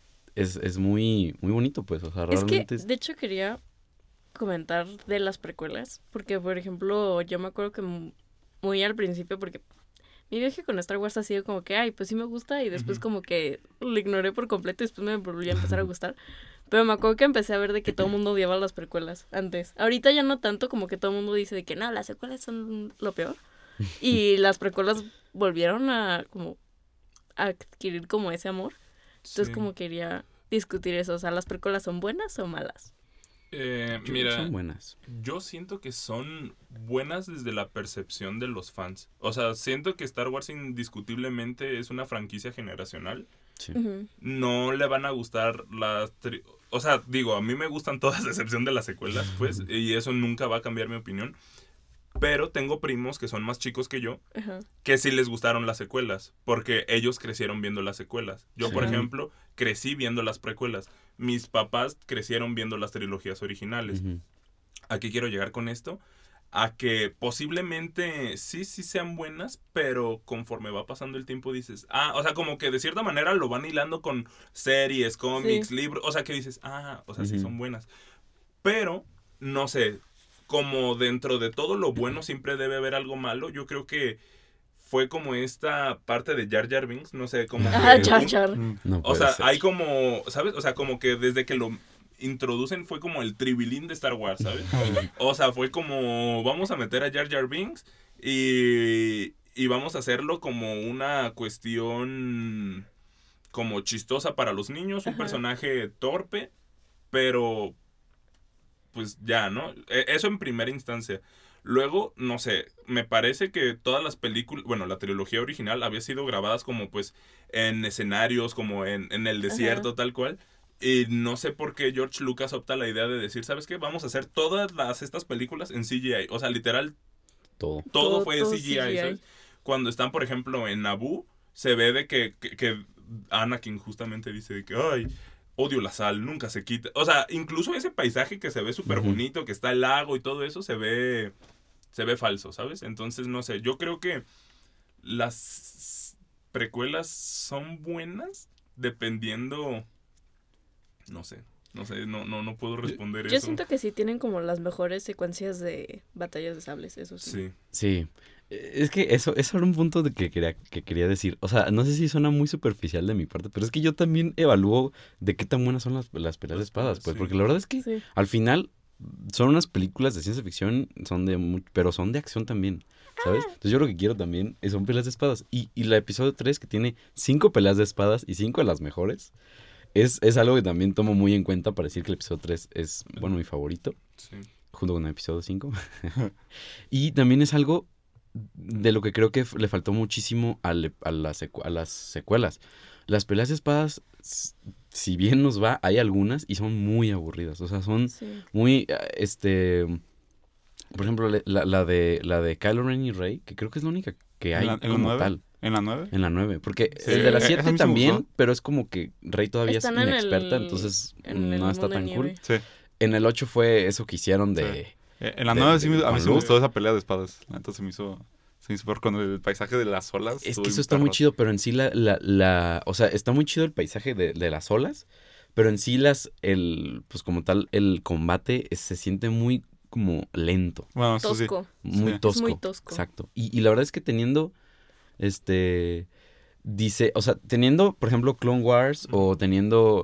B: muy, muy bonito, pues. O sea, realmente
C: de hecho, quería comentar de las precuelas, porque, por ejemplo, yo me acuerdo que muy al principio, porque mi viaje con Star Wars ha sido como que, ay, pues sí me gusta, y después como que lo ignoré por completo, y después me volvió a empezar a gustar. Pero me acuerdo que empecé a ver de que todo el mundo odiaba las precuelas antes. Ahorita ya no tanto, como que todo el mundo dice de que no, las secuelas son lo peor. Y las precuelas volvieron a adquirir como ese amor. Entonces como quería discutir eso. O sea, ¿las precuelas son buenas o malas?
G: Mira,
B: son buenas.
G: Yo siento que son buenas desde la percepción de los fans. O sea, siento que Star Wars indiscutiblemente es una franquicia generacional.
B: Sí.
G: No le van a gustar o sea, digo, a mí me gustan todas, a excepción de las secuelas, pues, y eso nunca va a cambiar mi opinión. Pero tengo primos que son más chicos que yo, que sí les gustaron las secuelas, porque ellos crecieron viendo las secuelas. Yo, por ejemplo, crecí viendo las precuelas. Mis papás crecieron viendo las trilogías originales. ¿A qué quiero llegar con esto? A que posiblemente sí sean buenas, pero conforme va pasando el tiempo dices, o sea, como que de cierta manera lo van hilando con series, cómics, libros, o sea, que dices, o sea, sí son buenas. Pero, no sé, como dentro de todo lo bueno siempre debe haber algo malo, yo creo que fue como esta parte de Jar Jar Binks, no sé, como que...
C: Jar Jar.
B: O
G: sea, hay como, ¿sabes? O sea, como que desde que lo introducen fue como el tribilín de Star Wars, ¿sabes? O sea, fue como, vamos a meter a Jar Jar Binks y vamos a hacerlo como una cuestión como chistosa para los niños, un personaje torpe, pero pues ya, ¿no? Eso en primera instancia. Luego, no sé, me parece que todas las películas, bueno, la trilogía original había sido grabadas como pues en escenarios, como en el desierto, tal cual. Y no sé por qué George Lucas opta la idea de decir, ¿sabes qué? Vamos a hacer todas estas películas en CGI. O sea, literal, todo fue CGI, ¿sabes? Cuando están, por ejemplo, en Naboo, se ve de que Anakin justamente dice de que, ay, odio la sal, nunca se quita. O sea, incluso ese paisaje que se ve súper bonito, que está el lago y todo eso, se ve falso, ¿sabes? Entonces, no sé, yo creo que las precuelas son buenas dependiendo... No sé, no puedo responder eso.
C: Yo siento que sí tienen como las mejores secuencias de batallas de sables, eso sí.
B: Sí. Es que eso era un punto de que quería decir. O sea, no sé si suena muy superficial de mi parte, pero es que yo también evalúo de qué tan buenas son las peleas de espadas, pues, porque la verdad es que al final son unas películas de ciencia ficción, pero son de acción también, ¿sabes? Entonces yo lo que quiero también son peleas de espadas. Y el episodio 3, que tiene 5 peleas de espadas y 5 de las mejores... Es algo que también tomo muy en cuenta para decir que el episodio 3 es, bueno, mi favorito. Sí. Junto con el episodio 5. Y también es algo de lo que creo que le faltó muchísimo a las secuelas. Las peleas de espadas, si bien nos va, hay algunas y son muy aburridas. O sea, son muy, por ejemplo, la de Kylo Ren y Rey, que creo que es la única que hay como tal.
D: ¿En la 9?
B: En la 9, porque el de la 7 también, pero es como que Rey todavía es inexperta, entonces no está tan cool. Sí. En el 8 fue eso que hicieron de...
D: En la 9 sí a mí sí me gustó esa pelea de espadas, entonces se me hizo Sí, con el paisaje de las olas.
B: Es
D: estuvo
B: que eso
D: bien
B: está muy
D: perro.
B: chido, pero en sí o sea, está muy chido el paisaje de las olas, pero en sí pues como tal, el combate se siente muy como lento,
D: Bueno, eso sí.
C: Tosco.
B: muy
D: Sí.
B: tosco.
C: Es muy tosco.
B: Exacto. Y la verdad es que teniendo, o sea, teniendo, por ejemplo, Clone Wars o teniendo,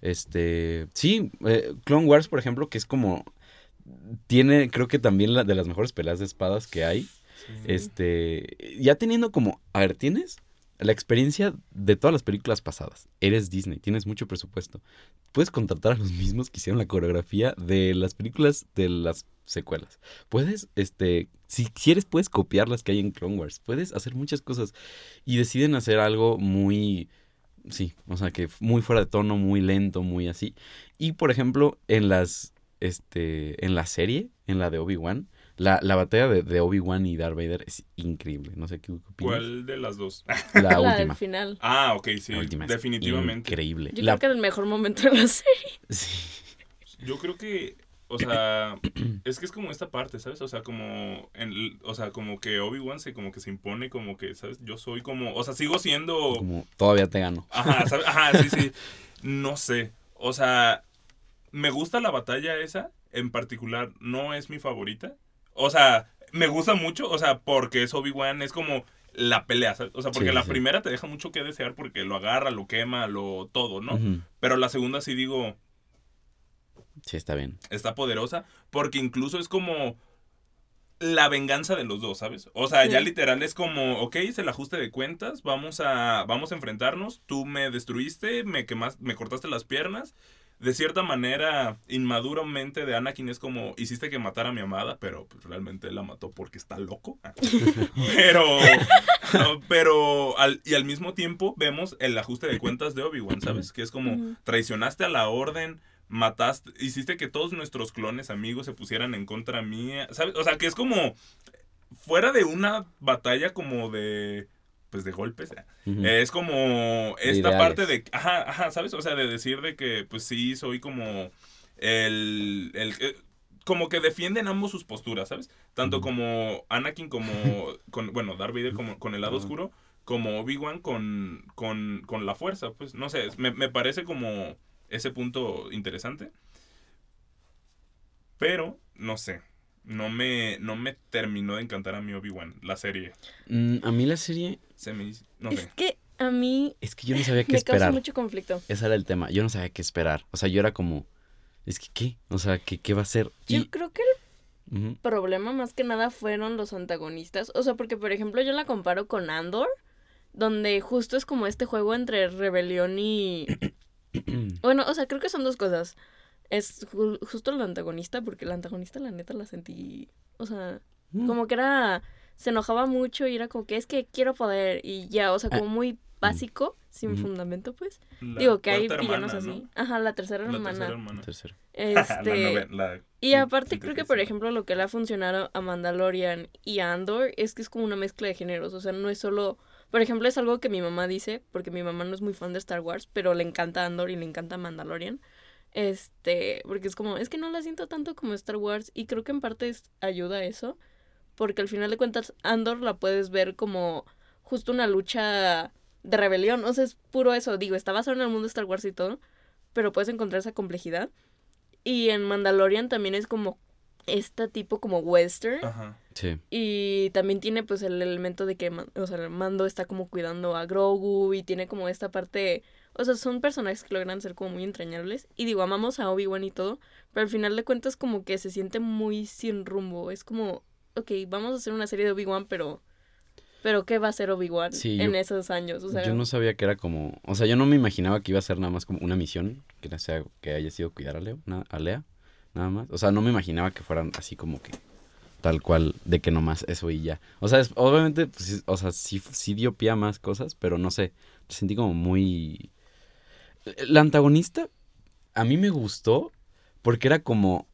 B: Clone Wars, por ejemplo, que es como, tiene, creo que también de las mejores peleas de espadas que hay. Ya teniendo como, a ver, tienes la experiencia de todas las películas pasadas. Eres Disney, tienes mucho presupuesto. Puedes contratar a los mismos que hicieron la coreografía de las películas de las secuelas. Puedes, si quieres, puedes copiar las que hay en Clone Wars. Puedes hacer muchas cosas. Y deciden hacer algo muy, sí, o sea, que muy fuera de tono, muy lento, muy así. Y, por ejemplo, en la serie, en la de Obi-Wan, la batalla de Obi-Wan y Darth Vader es increíble. No sé qué opinas.
G: ¿Cuál de las dos?
B: La
C: La del
B: última.
C: final.
G: Ah, ok, sí.
B: La última es
G: Definitivamente.
B: increíble.
C: Yo creo que era el mejor momento de la serie.
B: Sí.
G: Yo creo que, o sea, es que es como esta parte, ¿sabes? O sea, como que Obi-Wan como que se impone, como que, ¿sabes? Yo soy como, o sea, sigo siendo...
B: Como todavía te gano.
G: Ajá, ¿sabes? Ajá, sí. No sé. O sea, me gusta la batalla esa, en particular, no es mi favorita. O sea, me gusta mucho, o sea, porque es Obi-Wan, es como la pelea, ¿sabes? O sea, porque
B: Sí,
G: la
B: sí.
G: primera te deja mucho que desear porque lo agarra, lo quema, todo, ¿no?
B: Ujú.
G: Pero la segunda sí digo,
B: Sí, está bien.
G: está poderosa, porque incluso es como la venganza de los dos, ¿sabes? O sea,
C: Sí.
G: ya literal es como, ok, es el ajuste de cuentas, vamos a enfrentarnos, tú me destruiste, me cortaste las piernas. De cierta manera, inmaduramente de Anakin es como, hiciste que matara a mi amada, pero pues, realmente la mató porque está loco. Y al mismo tiempo vemos el ajuste de cuentas de Obi-Wan, ¿sabes? Que es como, traicionaste a la orden, mataste, hiciste que todos nuestros clones amigos se pusieran en contra mía, ¿sabes? O sea, que es como, fuera de una batalla como de... pues de golpes,
B: Ujú.
G: es como esta
B: ideales.
G: parte de, ajá, ¿sabes? O sea, de decir de que, pues sí, soy como como que defienden ambos sus posturas, ¿sabes? Tanto como Anakin como, Darth Vader como con el lado oscuro, como Obi-Wan con la fuerza, pues, no sé, me parece como ese punto interesante, pero, no sé, no me terminó de encantar a mi Obi-Wan, la serie.
B: A mí la serie,
G: No
C: Es
G: sé.
C: que a mí
B: es que yo no sabía qué
C: me causa
B: esperar.
C: mucho conflicto.
B: Ese era el tema. Yo no sabía qué esperar. O sea, yo era como, es que ¿qué? O sea, ¿qué va a ser?
C: Yo creo que el
B: Ujú.
C: problema más que nada fueron los antagonistas. O sea, porque por ejemplo yo la comparo con Andor, donde justo es como este juego entre rebelión y... Bueno, o sea, creo que son dos cosas. Es justo el antagonista, porque la antagonista la neta la sentí... O sea, como que era... Se enojaba mucho y era como que es que quiero poder y ya, o sea, como muy básico, sin
B: Ujú.
C: fundamento, pues.
G: La
C: Digo que hay
G: cuarta
C: villanos
G: hermana,
C: así.
G: ¿no?
C: Ajá, la tercera
G: La
C: hermana.
G: tercera hermana.
B: Tercero.
C: Y aparte creo que, por ejemplo, lo que le ha funcionado a Mandalorian y a Andor es que es como una mezcla de géneros. O sea, no es solo... Por ejemplo, es algo que mi mamá dice, porque mi mamá no es muy fan de Star Wars, pero le encanta Andor y le encanta Mandalorian. Porque es como, es que no la siento tanto como Star Wars y creo que en parte ayuda a eso, porque al final de cuentas Andor la puedes ver como justo una lucha de rebelión, o sea, es puro eso, digo, está basado en el mundo de Star Wars y todo, pero puedes encontrar esa complejidad. Y en Mandalorian también es como este tipo como western.
G: Ajá.
B: Sí.
C: Y también tiene pues el elemento de que, o sea, el Mando está como cuidando a Grogu y tiene como esta parte, o sea, son personajes que logran ser como muy entrañables. Y digo, amamos a Obi-Wan y todo, pero al final de cuentas como que se siente muy sin rumbo. Es como, ok, vamos a hacer una serie de Obi-Wan, pero ¿qué va a ser Obi-Wan
B: Sí,
C: en esos años? O sea,
B: yo no sabía que era como, o sea, yo no me imaginaba que iba a ser nada más como una misión, que haya sido cuidar a Lea, nada más. O sea, no me imaginaba que fueran así como que tal cual, de que nomás eso y ya. O sea, obviamente, pues, o sea, sí dio pie a más cosas, pero no sé, sentí como muy... La antagonista a mí me gustó porque era como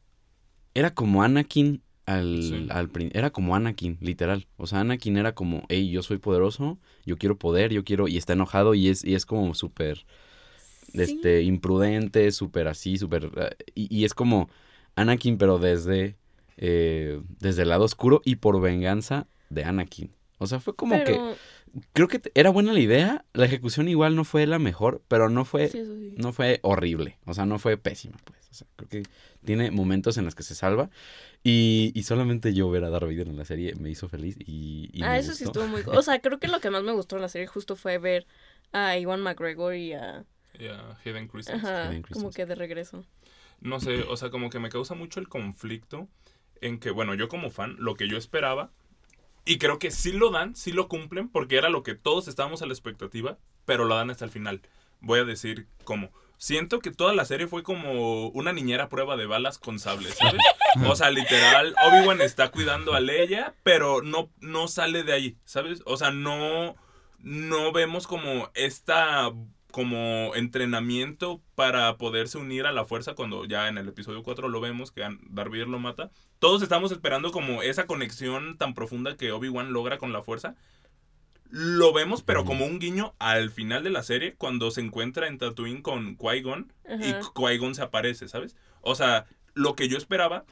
B: Anakin era como Anakin, literal. O sea, Anakin era como, hey, yo soy poderoso, yo quiero poder, y está enojado y es como súper,
C: sí.
B: imprudente, súper así, súper, y es como Anakin, pero desde el lado oscuro y por venganza de Anakin. O sea, fue como que...
C: Pero...
B: Creo que era buena la idea. La ejecución igual no fue la mejor, pero no fue,
C: Sí, eso sí.
B: no fue horrible. O sea, no fue pésima, pues. O sea, creo que tiene momentos en los que se salva. Y solamente yo ver a Darth Vader en la serie me hizo feliz y me
C: Eso sí
B: gustó.
C: estuvo muy... O sea, creo que lo que más me gustó en la serie justo fue ver a Ewan McGregor y a...
G: Yeah, Hayden Christensen.
C: Ajá,
B: Hayden
C: como
B: Christensen.
C: que de regreso.
G: No sé, o sea, como que me causa mucho el conflicto en que, bueno, yo como fan, lo que yo esperaba, y creo que sí lo dan, sí lo cumplen, porque era lo que todos estábamos a la expectativa, pero lo dan hasta el final. Voy a decir cómo. Siento que toda la serie fue como una niñera prueba de balas con sables, ¿sabes? O sea, literal, Obi-Wan está cuidando a Leia, pero no sale de ahí, ¿sabes? O sea, no vemos como como entrenamiento para poderse unir a la fuerza cuando ya en el episodio 4 lo vemos, que Darth Vader lo mata. Todos estamos esperando como esa conexión tan profunda que Obi-Wan logra con la fuerza. Lo vemos, pero como un guiño al final de la serie, cuando se encuentra en Tatooine con Qui-Gon y
C: Ajá.
G: Qui-Gon se aparece, ¿sabes? O sea, lo que yo esperaba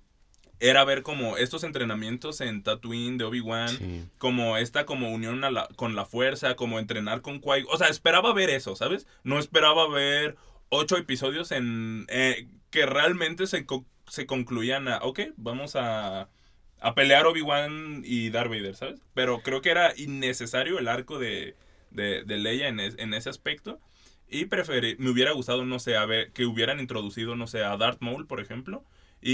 G: era ver como estos entrenamientos en Tatooine de Obi-Wan,
B: Sí.
G: como esta como unión con la fuerza, como entrenar con Qui-Gon. O sea, esperaba ver eso, ¿sabes? No esperaba ver 8 episodios que realmente se concluían ok, vamos a pelear Obi-Wan y Darth Vader, ¿sabes? Pero creo que era innecesario el arco de Leia en ese aspecto. Y me hubiera gustado, no sé, que hubieran introducido, no sé, a Darth Maul, por ejemplo.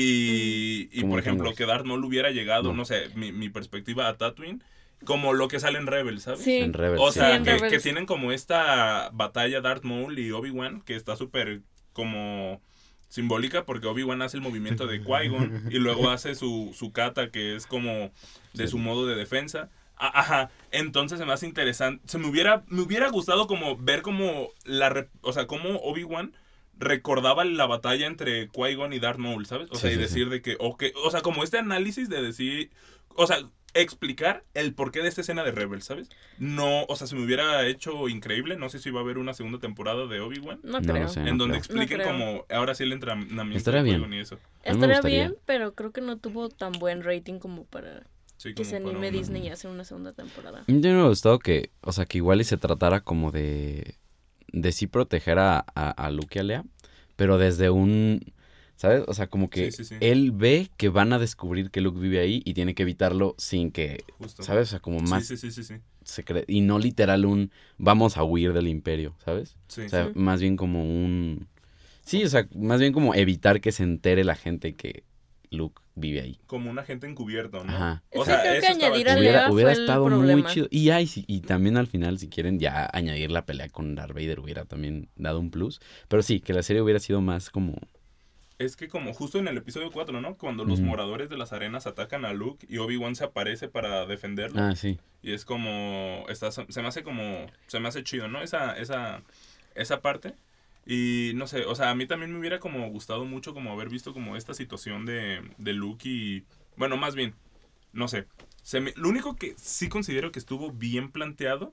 G: Y
B: Como
G: por
B: en
G: ejemplo,
B: Clone Wars.
G: que Darth Maul hubiera llegado,
B: No.
G: no sé, mi perspectiva a Tatooine, como lo que sale en Rebels, ¿sabes?
C: Sí.
B: En Rebels.
G: O
B: sí.
G: sea,
C: en
G: que
C: Rebels.
G: tienen como esta batalla Darth Maul y Obi-Wan, que está súper como simbólica, porque Obi-Wan hace el movimiento de Qui-Gon y luego hace su kata, que es como de su modo de defensa. Ajá, entonces se me hace interesante. Me hubiera gustado como ver como o sea, como Obi-Wan recordaba la batalla entre Qui-Gon y Darth Maul, ¿sabes? O sea,
B: Sí,
G: y
B: sí,
G: decir de que, o sea, como este análisis de decir, o sea, explicar el porqué de esta escena de Rebels, ¿sabes? No, o sea, se me hubiera hecho increíble, no sé si va a haber una segunda temporada de Obi-Wan,
C: No
B: No
C: creo.
B: lo sé.
G: en donde
B: creo.
G: expliquen
C: No creo.
G: como, ahora sí el entrenamiento
B: Estaría
G: de
B: bien.
G: Qui-Gon y eso.
B: A mí me
C: Estaría
B: gustaría.
C: bien, pero creo que no tuvo tan buen rating como para
G: Sí,
C: que
G: como
C: se
G: para
C: anime
G: una-
C: Disney y hacer una segunda temporada.
B: A mí también me gustó que, o sea, que igual y se tratara como de sí proteger a Luke y a Leia, pero desde un, ¿sabes? O sea, como que
G: Sí, sí, sí.
B: él ve que van a descubrir que Luke vive ahí y tiene que evitarlo sin que,
G: Justo.
B: ¿sabes? O sea, como más
G: Sí, sí, sí, sí, sí.
B: y no literal vamos a huir del imperio, ¿sabes?
G: Sí.
B: O sea,
C: Sí.
B: más bien como sí, o sea, más bien como evitar que se entere la gente que Luke vive ahí.
G: Como un agente encubierto, ¿no?
B: Ajá.
C: Es que creo que
G: eso estaba
C: añadir
G: chido.
C: a Leia
B: Hubiera
C: fue el
B: estado muy
C: problema.
B: chido. Y también al final, si quieren ya añadir la pelea con Darth Vader, hubiera también dado un plus. Pero sí, que la serie hubiera sido más como...
G: Es que como justo en el episodio 4, ¿no? Cuando los
B: Ujú.
G: moradores de las arenas atacan a Luke y Obi-Wan se aparece para defenderlo.
B: Ah, sí.
G: Y es como, se me hace chido, ¿no? Esa parte. Y no sé, o sea, a mí también me hubiera como gustado mucho como haber visto como esta situación de Luke y, bueno, más bien, no sé. Lo único que sí considero que estuvo bien planteado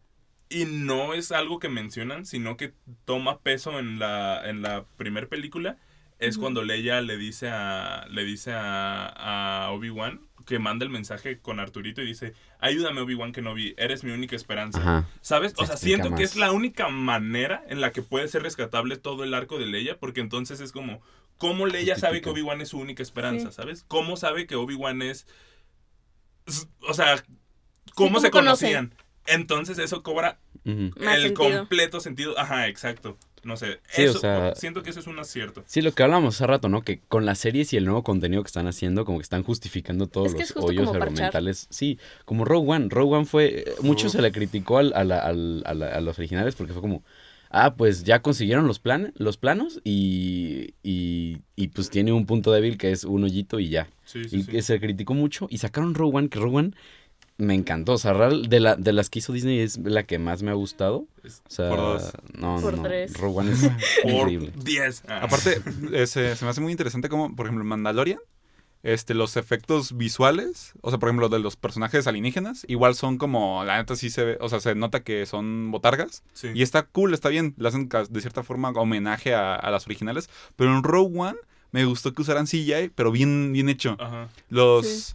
G: y no es algo que mencionan, sino que toma peso en la primer película, es cuando Leia le dice a Obi-Wan que manda el mensaje con Arturito y dice, ayúdame Obi-Wan Kenobi, eres mi única esperanza.
B: Ajá.
G: ¿Sabes?
B: Se
G: O sea,
B: explica
G: siento que
B: más.
G: es la única manera en la que puede ser rescatable todo el arco de Leia, porque entonces es como, ¿cómo Leia sabe que
B: Justifica.
G: Obi-Wan es su única esperanza?
C: Sí.
G: ¿Sabes? ¿Cómo sabe que Obi-Wan es... O sea, ¿cómo
C: ¿cómo
G: se
C: conocen?
G: conocían? Entonces eso cobra
B: Ujú.
C: Más
G: el
C: sentido.
G: completo sentido. Ajá, exacto. No sé.
B: Sí, o
G: eso,
B: sea-
G: siento que eso es un acierto.
B: Sí, lo que hablábamos hace rato, ¿no? Que con las series y el nuevo contenido que están haciendo, como que están justificando todos
C: Es que
B: los
C: es justo
B: hoyos
C: como parchar.
B: argumentales. Sí, como Rogue One. Rogue One fue... Mucho se le criticó a los originales porque fue como... Ah, pues ya consiguieron los planos y pues tiene un punto débil que es un hoyito y ya.
G: Sí,
B: Y
G: sí,
B: que
G: sí.
B: se criticó mucho y sacaron Rogue One, que Rogue One me encantó. O sea, de las que hizo Disney es la que más me ha gustado.
G: Es
B: O sea,
D: Por dos.
B: no,
C: Por
B: no.
C: tres.
B: Rogue One es
G: Por
B: increíble.
G: 10. Ah.
D: Aparte, se me hace muy interesante como, por ejemplo, en Mandalorian, los efectos visuales, o sea, por ejemplo, de los personajes alienígenas, igual son como, la neta sí se ve, o sea, se nota que son botargas,
G: Sí.
D: y está cool, está bien, le hacen de cierta forma homenaje a las originales, pero en Rogue One me gustó que usaran CGI, pero bien hecho.
G: Ajá.
D: Los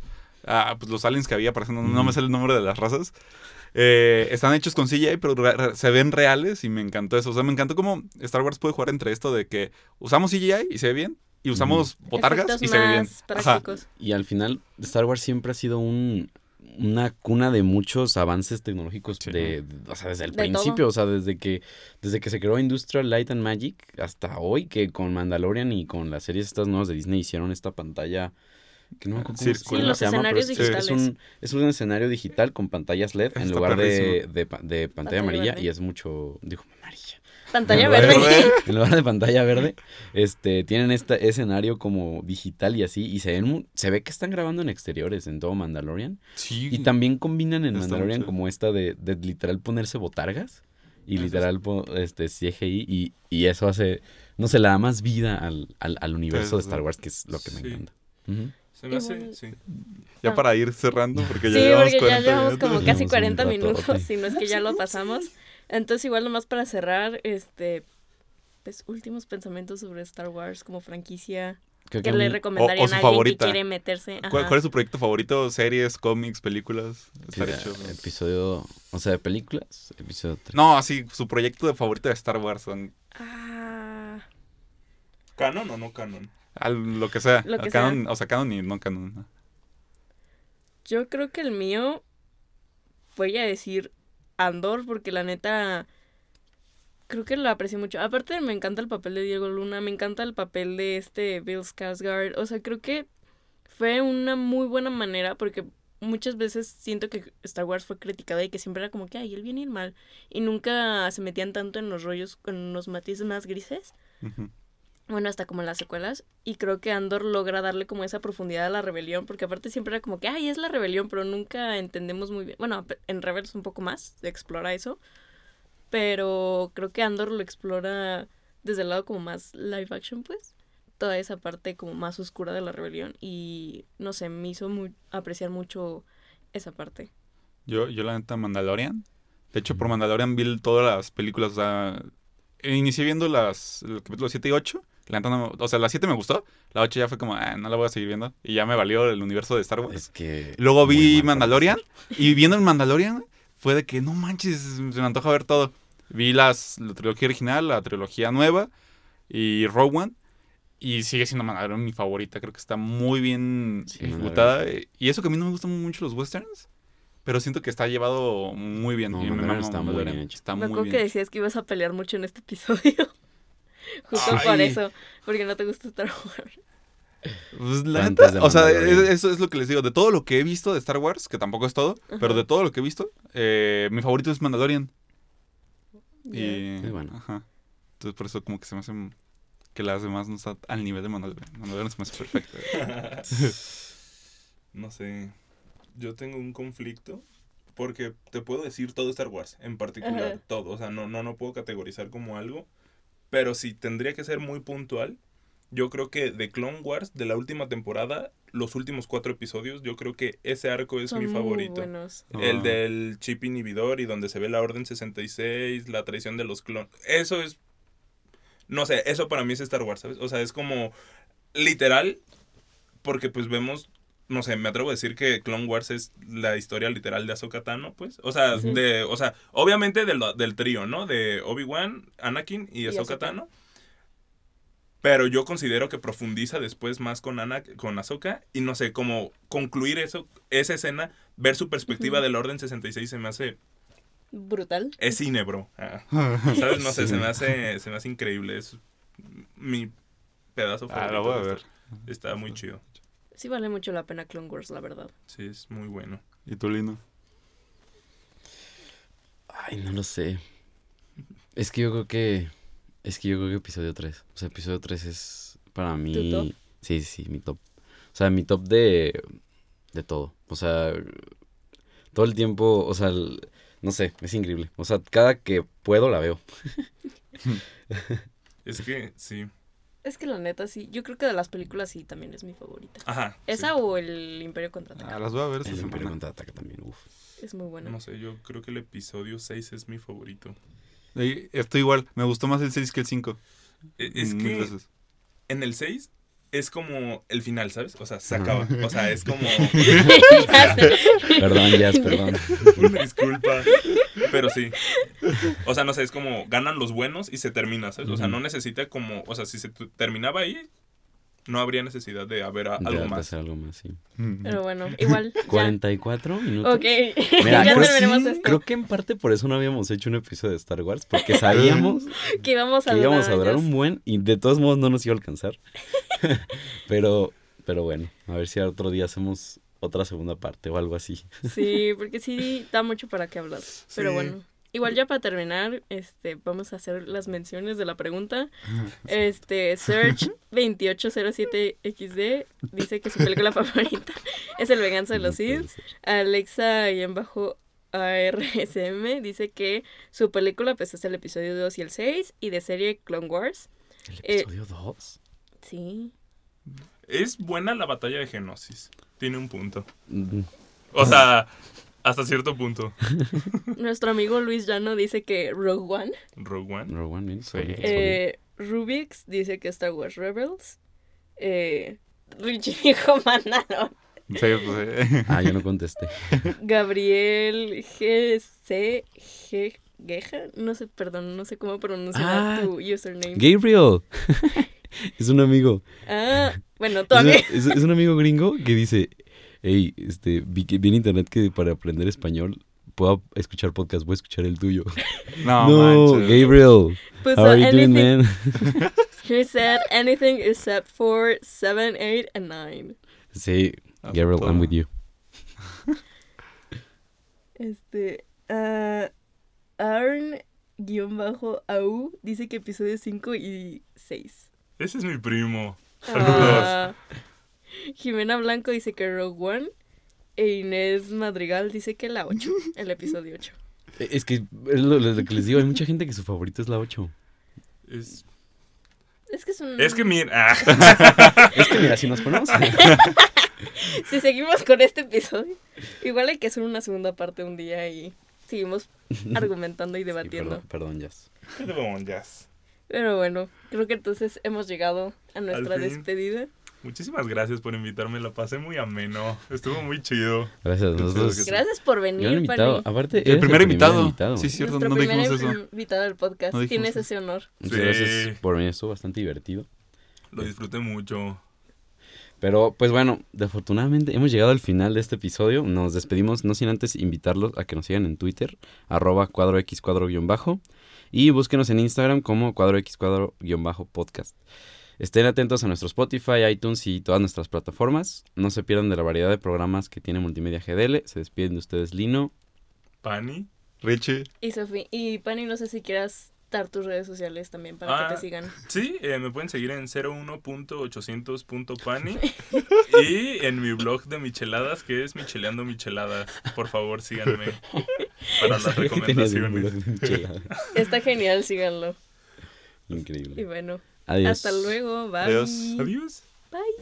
D: pues los aliens que había, por ejemplo, no me sale el nombre de las razas. Están hechos con CGI, pero se ven reales y me encantó eso. O sea, me encantó cómo Star Wars puede jugar entre esto de que usamos CGI y se ve bien, y usamos botargas
C: Efectos
D: y se ve bien.
C: más prácticos.
B: Y al final, Star Wars siempre ha sido una cuna de muchos avances tecnológicos
D: Sí.
B: o sea, desde el
C: De
B: principio,
C: todo.
B: o sea, desde que se creó Industrial Light and Magic hasta hoy, que con Mandalorian y con las series estas nuevas de Disney hicieron esta pantalla que no me acuerdo
D: Sí,
C: los escenarios
B: es
C: digitales.
B: es un escenario digital con pantallas LED en
D: Está
B: lugar de
C: Pantalla
B: pantalla amarilla
C: verde.
B: y es mucho, digo, amarilla.
C: Pantalla
B: En lugar
C: verde.
B: de- En lugar de pantalla verde, tienen este escenario como digital y así, y se ve que están grabando en exteriores en todo Mandalorian.
D: Sí.
B: Y también combinan en
D: Está
B: Mandalorian
D: mucho.
B: como esta de literal ponerse botargas y
D: Eso
B: literal CGI y eso hace, no sé, le da más vida al universo de
D: Eso
B: Star
D: sí.
B: Wars, que es lo que me
G: Sí.
B: encanta. Ujú.
G: Se me hace,
C: Igual-
G: sí.
D: Ya para ir cerrando, porque ya
C: Sí,
D: llevamos
C: porque ya
D: 40
C: llevamos
D: minutos.
C: como casi
B: Llevamos un
C: 40
B: ratote.
C: minutos, si no es que ya lo pasamos. Entonces, igual nomás para cerrar, pues últimos pensamientos sobre Star Wars como franquicia.
B: Creo
C: ¿Qué
B: a
C: le
B: mí-
C: recomendarían
D: su
C: a alguien
D: favorita.
C: que quiere meterse?
D: ¿Cuál
C: Ajá.
D: es su proyecto favorito? ¿Series, cómics, películas? Estaría chido.
B: episodio, o sea, de películas, episodio 3.
D: No, así, su proyecto de favorito de Star Wars.
C: Ah,
G: ¿Canon o no canon?
D: Lo que sea.
C: Lo que
D: Canon,
C: sea.
D: o sea, canon y no canon. ¿no?
C: yo creo que el mío, voy a decir Andor, porque la neta, creo que lo aprecié mucho. Aparte, me encanta el papel de Diego Luna, me encanta el papel de Bill Skarsgård. O sea, creo que fue una muy buena manera, porque muchas veces siento que Star Wars fue criticada y que siempre era como que, ay, el bien y el mal. Y nunca se metían tanto en los rollos, con los matices más grises.
D: Ujú.
C: Bueno, hasta como en las secuelas. Y creo que Andor logra darle como esa profundidad a la rebelión. Porque aparte siempre era como que, ay, es la rebelión, pero nunca entendemos muy bien. Bueno, en Rebels un poco más, explora eso. Pero creo que Andor lo explora desde el lado como más live action, pues. Toda esa parte como más oscura de la rebelión. Y no sé, me hizo apreciar mucho esa parte.
D: Yo la neta, Mandalorian. De hecho, por Mandalorian vi todas las películas. O sea, inicié viendo el capítulo 7 y 8. La neta o sea, la 7 me gustó. La 8 ya fue como, no la voy a seguir viendo. Y ya me valió el universo de Star Wars.
B: Es que...
D: Luego
B: muy
D: vi
B: mal para
D: Mandalorian.
B: nosotros.
D: Y viendo el Mandalorian, fue de que no manches, se me antoja ver todo. Vi la trilogía original, la trilogía nueva y Rogue One. Y sigue siendo Mandalorian mi favorita. Creo que está muy bien
B: Sí,
D: ejecutada. Y eso que a mí no me gustan mucho los westerns. Pero siento que está llevado muy bien.
B: No,
D: y me
B: Mandalorian
D: mama
B: está muy
D: Mandalorian.
B: bien hecho.
D: Está
C: Me
D: muy
C: acuerdo
D: bien
C: que
D: hecho.
C: decías que ibas a pelear mucho en este episodio. Justo
D: Ay.
C: por eso. Porque no te gusta Star Wars.
D: Pues, la
B: Fantas
D: neta,
B: de
D: o sea,
B: Mandalorian.
D: eso es lo que les digo. De todo lo que he visto de Star Wars, que tampoco es todo, pero de todo lo que he visto, mi favorito es Mandalorian. Y,
B: Es bueno.
D: Ajá. Entonces por eso como que se me hace que las demás no están al nivel de Mandalorian. Mandalorian se me hace perfecto.
G: No sé. Yo tengo un conflicto porque te puedo decir todo Star Wars en particular,
C: Ajá.
G: todo. O sea, no puedo categorizar como algo. Pero si tendría que ser muy puntual, yo creo que de Clone Wars, de la última temporada, los últimos 4 episodios, yo creo que ese arco es
C: Son
G: mi
C: muy
G: favorito.
C: buenos.
G: El
D: Ah.
G: del chip inhibidor y donde se ve la Orden 66, la traición de los clones. Eso es... No sé, eso para mí es Star Wars, ¿sabes? O sea, es como literal, porque pues vemos... No sé, me atrevo a decir que Clone Wars es la historia literal de Ahsoka Tano, pues. O sea,
C: Sí.
G: obviamente del trío, ¿no? De Obi-Wan, Anakin y Ahsoka
C: Ahsoka.
G: Tano. Pero yo considero que profundiza después más con Ahsoka. Y no sé, como concluir esa escena, ver su perspectiva de la Orden 66 se me hace...
C: Brutal.
G: Es cine, bro. ¿Sabes? No sé,
B: Sí.
G: se me hace increíble. Es mi pedazo favorito.
D: Lo voy a
G: de
D: ver.
G: Star- Está muy chido.
C: Sí vale mucho la pena Clone Wars, la verdad.
G: Sí, es muy bueno.
D: ¿Y tú, Lino?
B: Ay, no lo sé. Es que yo creo que episodio 3. O sea, episodio 3 es para mí...
C: ¿Tu top?
B: Sí, mi top. O sea, mi top de todo. O sea, todo el tiempo, o sea, no sé, es increíble. O sea, cada que puedo la veo.
G: Es que, sí.
C: Es que la neta, sí. Yo creo que de las películas sí también es mi favorita.
G: Ajá.
C: ¿Esa
G: sí.
C: o el Imperio Contraataca?
D: Las voy a ver esta
B: El Imperio
D: semana.
B: Contraataca también, uf.
C: Es muy buena.
G: No sé, yo creo que el episodio 6 es mi favorito.
D: Estoy igual. Me gustó más el 6 que el 5.
G: Es
D: Mil
G: que
D: veces.
G: en el 6 es como el final, ¿sabes? O sea, se acaba. O sea, es como...
B: Perdón, Jazz, perdón.
G: Una disculpa. Pero sí. O sea, no sé, es como ganan los buenos y se termina, ¿sabes? O sea, no necesita como... O sea, si se terminaba ahí, no habría necesidad de haber algo más.
B: Hacer algo más, sí.
C: Pero bueno, igual. Ya.
B: 44 minutos.
C: Ok,
B: Mira,
C: ya
B: creo,
C: terminemos esto.
B: creo que en parte por eso no habíamos hecho un episodio de Star Wars, porque sabíamos
C: Que íbamos a
B: que íbamos a
C: durar
B: durar
C: años.
B: un buen y de todos modos no nos iba a alcanzar. pero bueno, a ver si otro día hacemos otra segunda parte o algo así.
C: Sí, porque sí da mucho para qué hablar. Pero
G: Sí.
C: bueno, igual ya para terminar, vamos a hacer las menciones de la pregunta. Search 2807XD dice que su película favorita es El venganza de los Sith. Alexa-ARSM dice que su película pues es el episodio 2 y el 6 y de serie Clone Wars.
B: ¿El episodio 2?
C: Sí.
G: Es buena la batalla de Geonosis. Tiene un punto. O sea, hasta cierto punto.
C: Nuestro amigo Luis Llano dice que Rogue One.
G: Rogue One.
B: Rogue One, bien,
G: Sí.
B: sorry.
C: Rubix dice que Star Wars Rebels. Richie dijo Mandalorian.
D: Sí, pues,
B: Yo no contesté.
C: Gabriel Geja, no sé, perdón, no sé cómo pronunciar tu username.
B: Gabriel. Es un amigo.
C: Bueno, tu amigo.
B: Es un amigo gringo que dice, hey, vi en internet que para aprender español puedo escuchar podcast, voy a escuchar el tuyo.
D: no,
B: No,
D: manches.
B: Gabriel.
C: Puso
B: How are you doing,
C: anything.
B: man?
C: He said anything except for 7, 8, and 9.
B: Sí, Gabriel, I'm with you.
C: Arn-au dice que episodios 5 y 6.
G: Ese es mi primo. Saludos.
C: Jimena Blanco dice que Rogue One. E Inés Madrigal dice que la 8, el episodio 8.
B: Es que es lo que les digo, hay mucha gente que su favorito es la 8.
G: Es
C: Es que es un...
G: que mira.
B: Es que mira, si nos ponemos...
C: Si seguimos con este episodio, igual hay que hacer una segunda parte un día y seguimos argumentando y debatiendo.
B: Sí, perdón, Jazz.
C: Pero bueno, creo que entonces hemos llegado a nuestra
G: Al fin.
C: despedida.
G: Muchísimas gracias por invitarme, la pasé muy ameno. Estuvo muy chido.
B: Gracias. Nosotros...
C: Gracias por
B: Yo no he
C: venir,
B: invitado.
C: Pani.
B: Aparte,
D: El
B: eres
D: primer invitado. Sí, cierto,
C: Nuestro
D: no
C: primer
D: dijimos eso.
C: invitado del podcast.
D: No dijimos
C: Tienes
D: eso.
C: ese honor.
B: Muchas
G: Sí.
B: gracias por venir, estuvo bastante divertido.
G: Lo disfruté mucho.
B: Pero, pues bueno, afortunadamente hemos llegado al final de este episodio. Nos despedimos, no sin antes invitarlos a que nos sigan en Twitter, @cuadrox__, y búsquenos en Instagram como cuadrox__podcast. Estén atentos a nuestro Spotify, iTunes y todas nuestras plataformas. No se pierdan de la variedad de programas que tiene Multimedia GDL. Se despiden de ustedes, Lino.
G: Pani.
D: Richie.
C: Y Sofía. Y Pani, no sé si quieras dar tus redes sociales también para que te sigan.
G: Sí, me pueden seguir en 01.800.pani y en mi blog de micheladas que es Micheleando Micheladas. Por favor, síganme para las recomendaciones.
C: Está genial, síganlo. Y
B: Increíble.
C: bueno,
B: Adiós.
C: hasta luego. Bye.
D: Adiós.
G: Adiós.
C: Bye.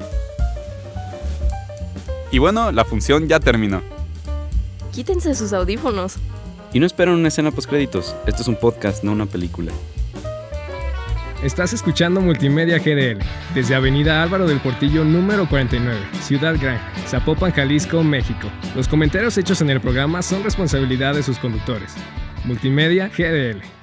D: Y bueno, la función ya terminó.
C: Quítense sus audífonos.
B: Y no esperen una escena postcréditos. Esto es un podcast, no una película.
A: Estás escuchando Multimedia GDL, desde Avenida Álvaro del Portillo número 49, Ciudad Gran, Zapopan, Jalisco, México. Los comentarios hechos en el programa son responsabilidad de sus conductores. Multimedia GDL.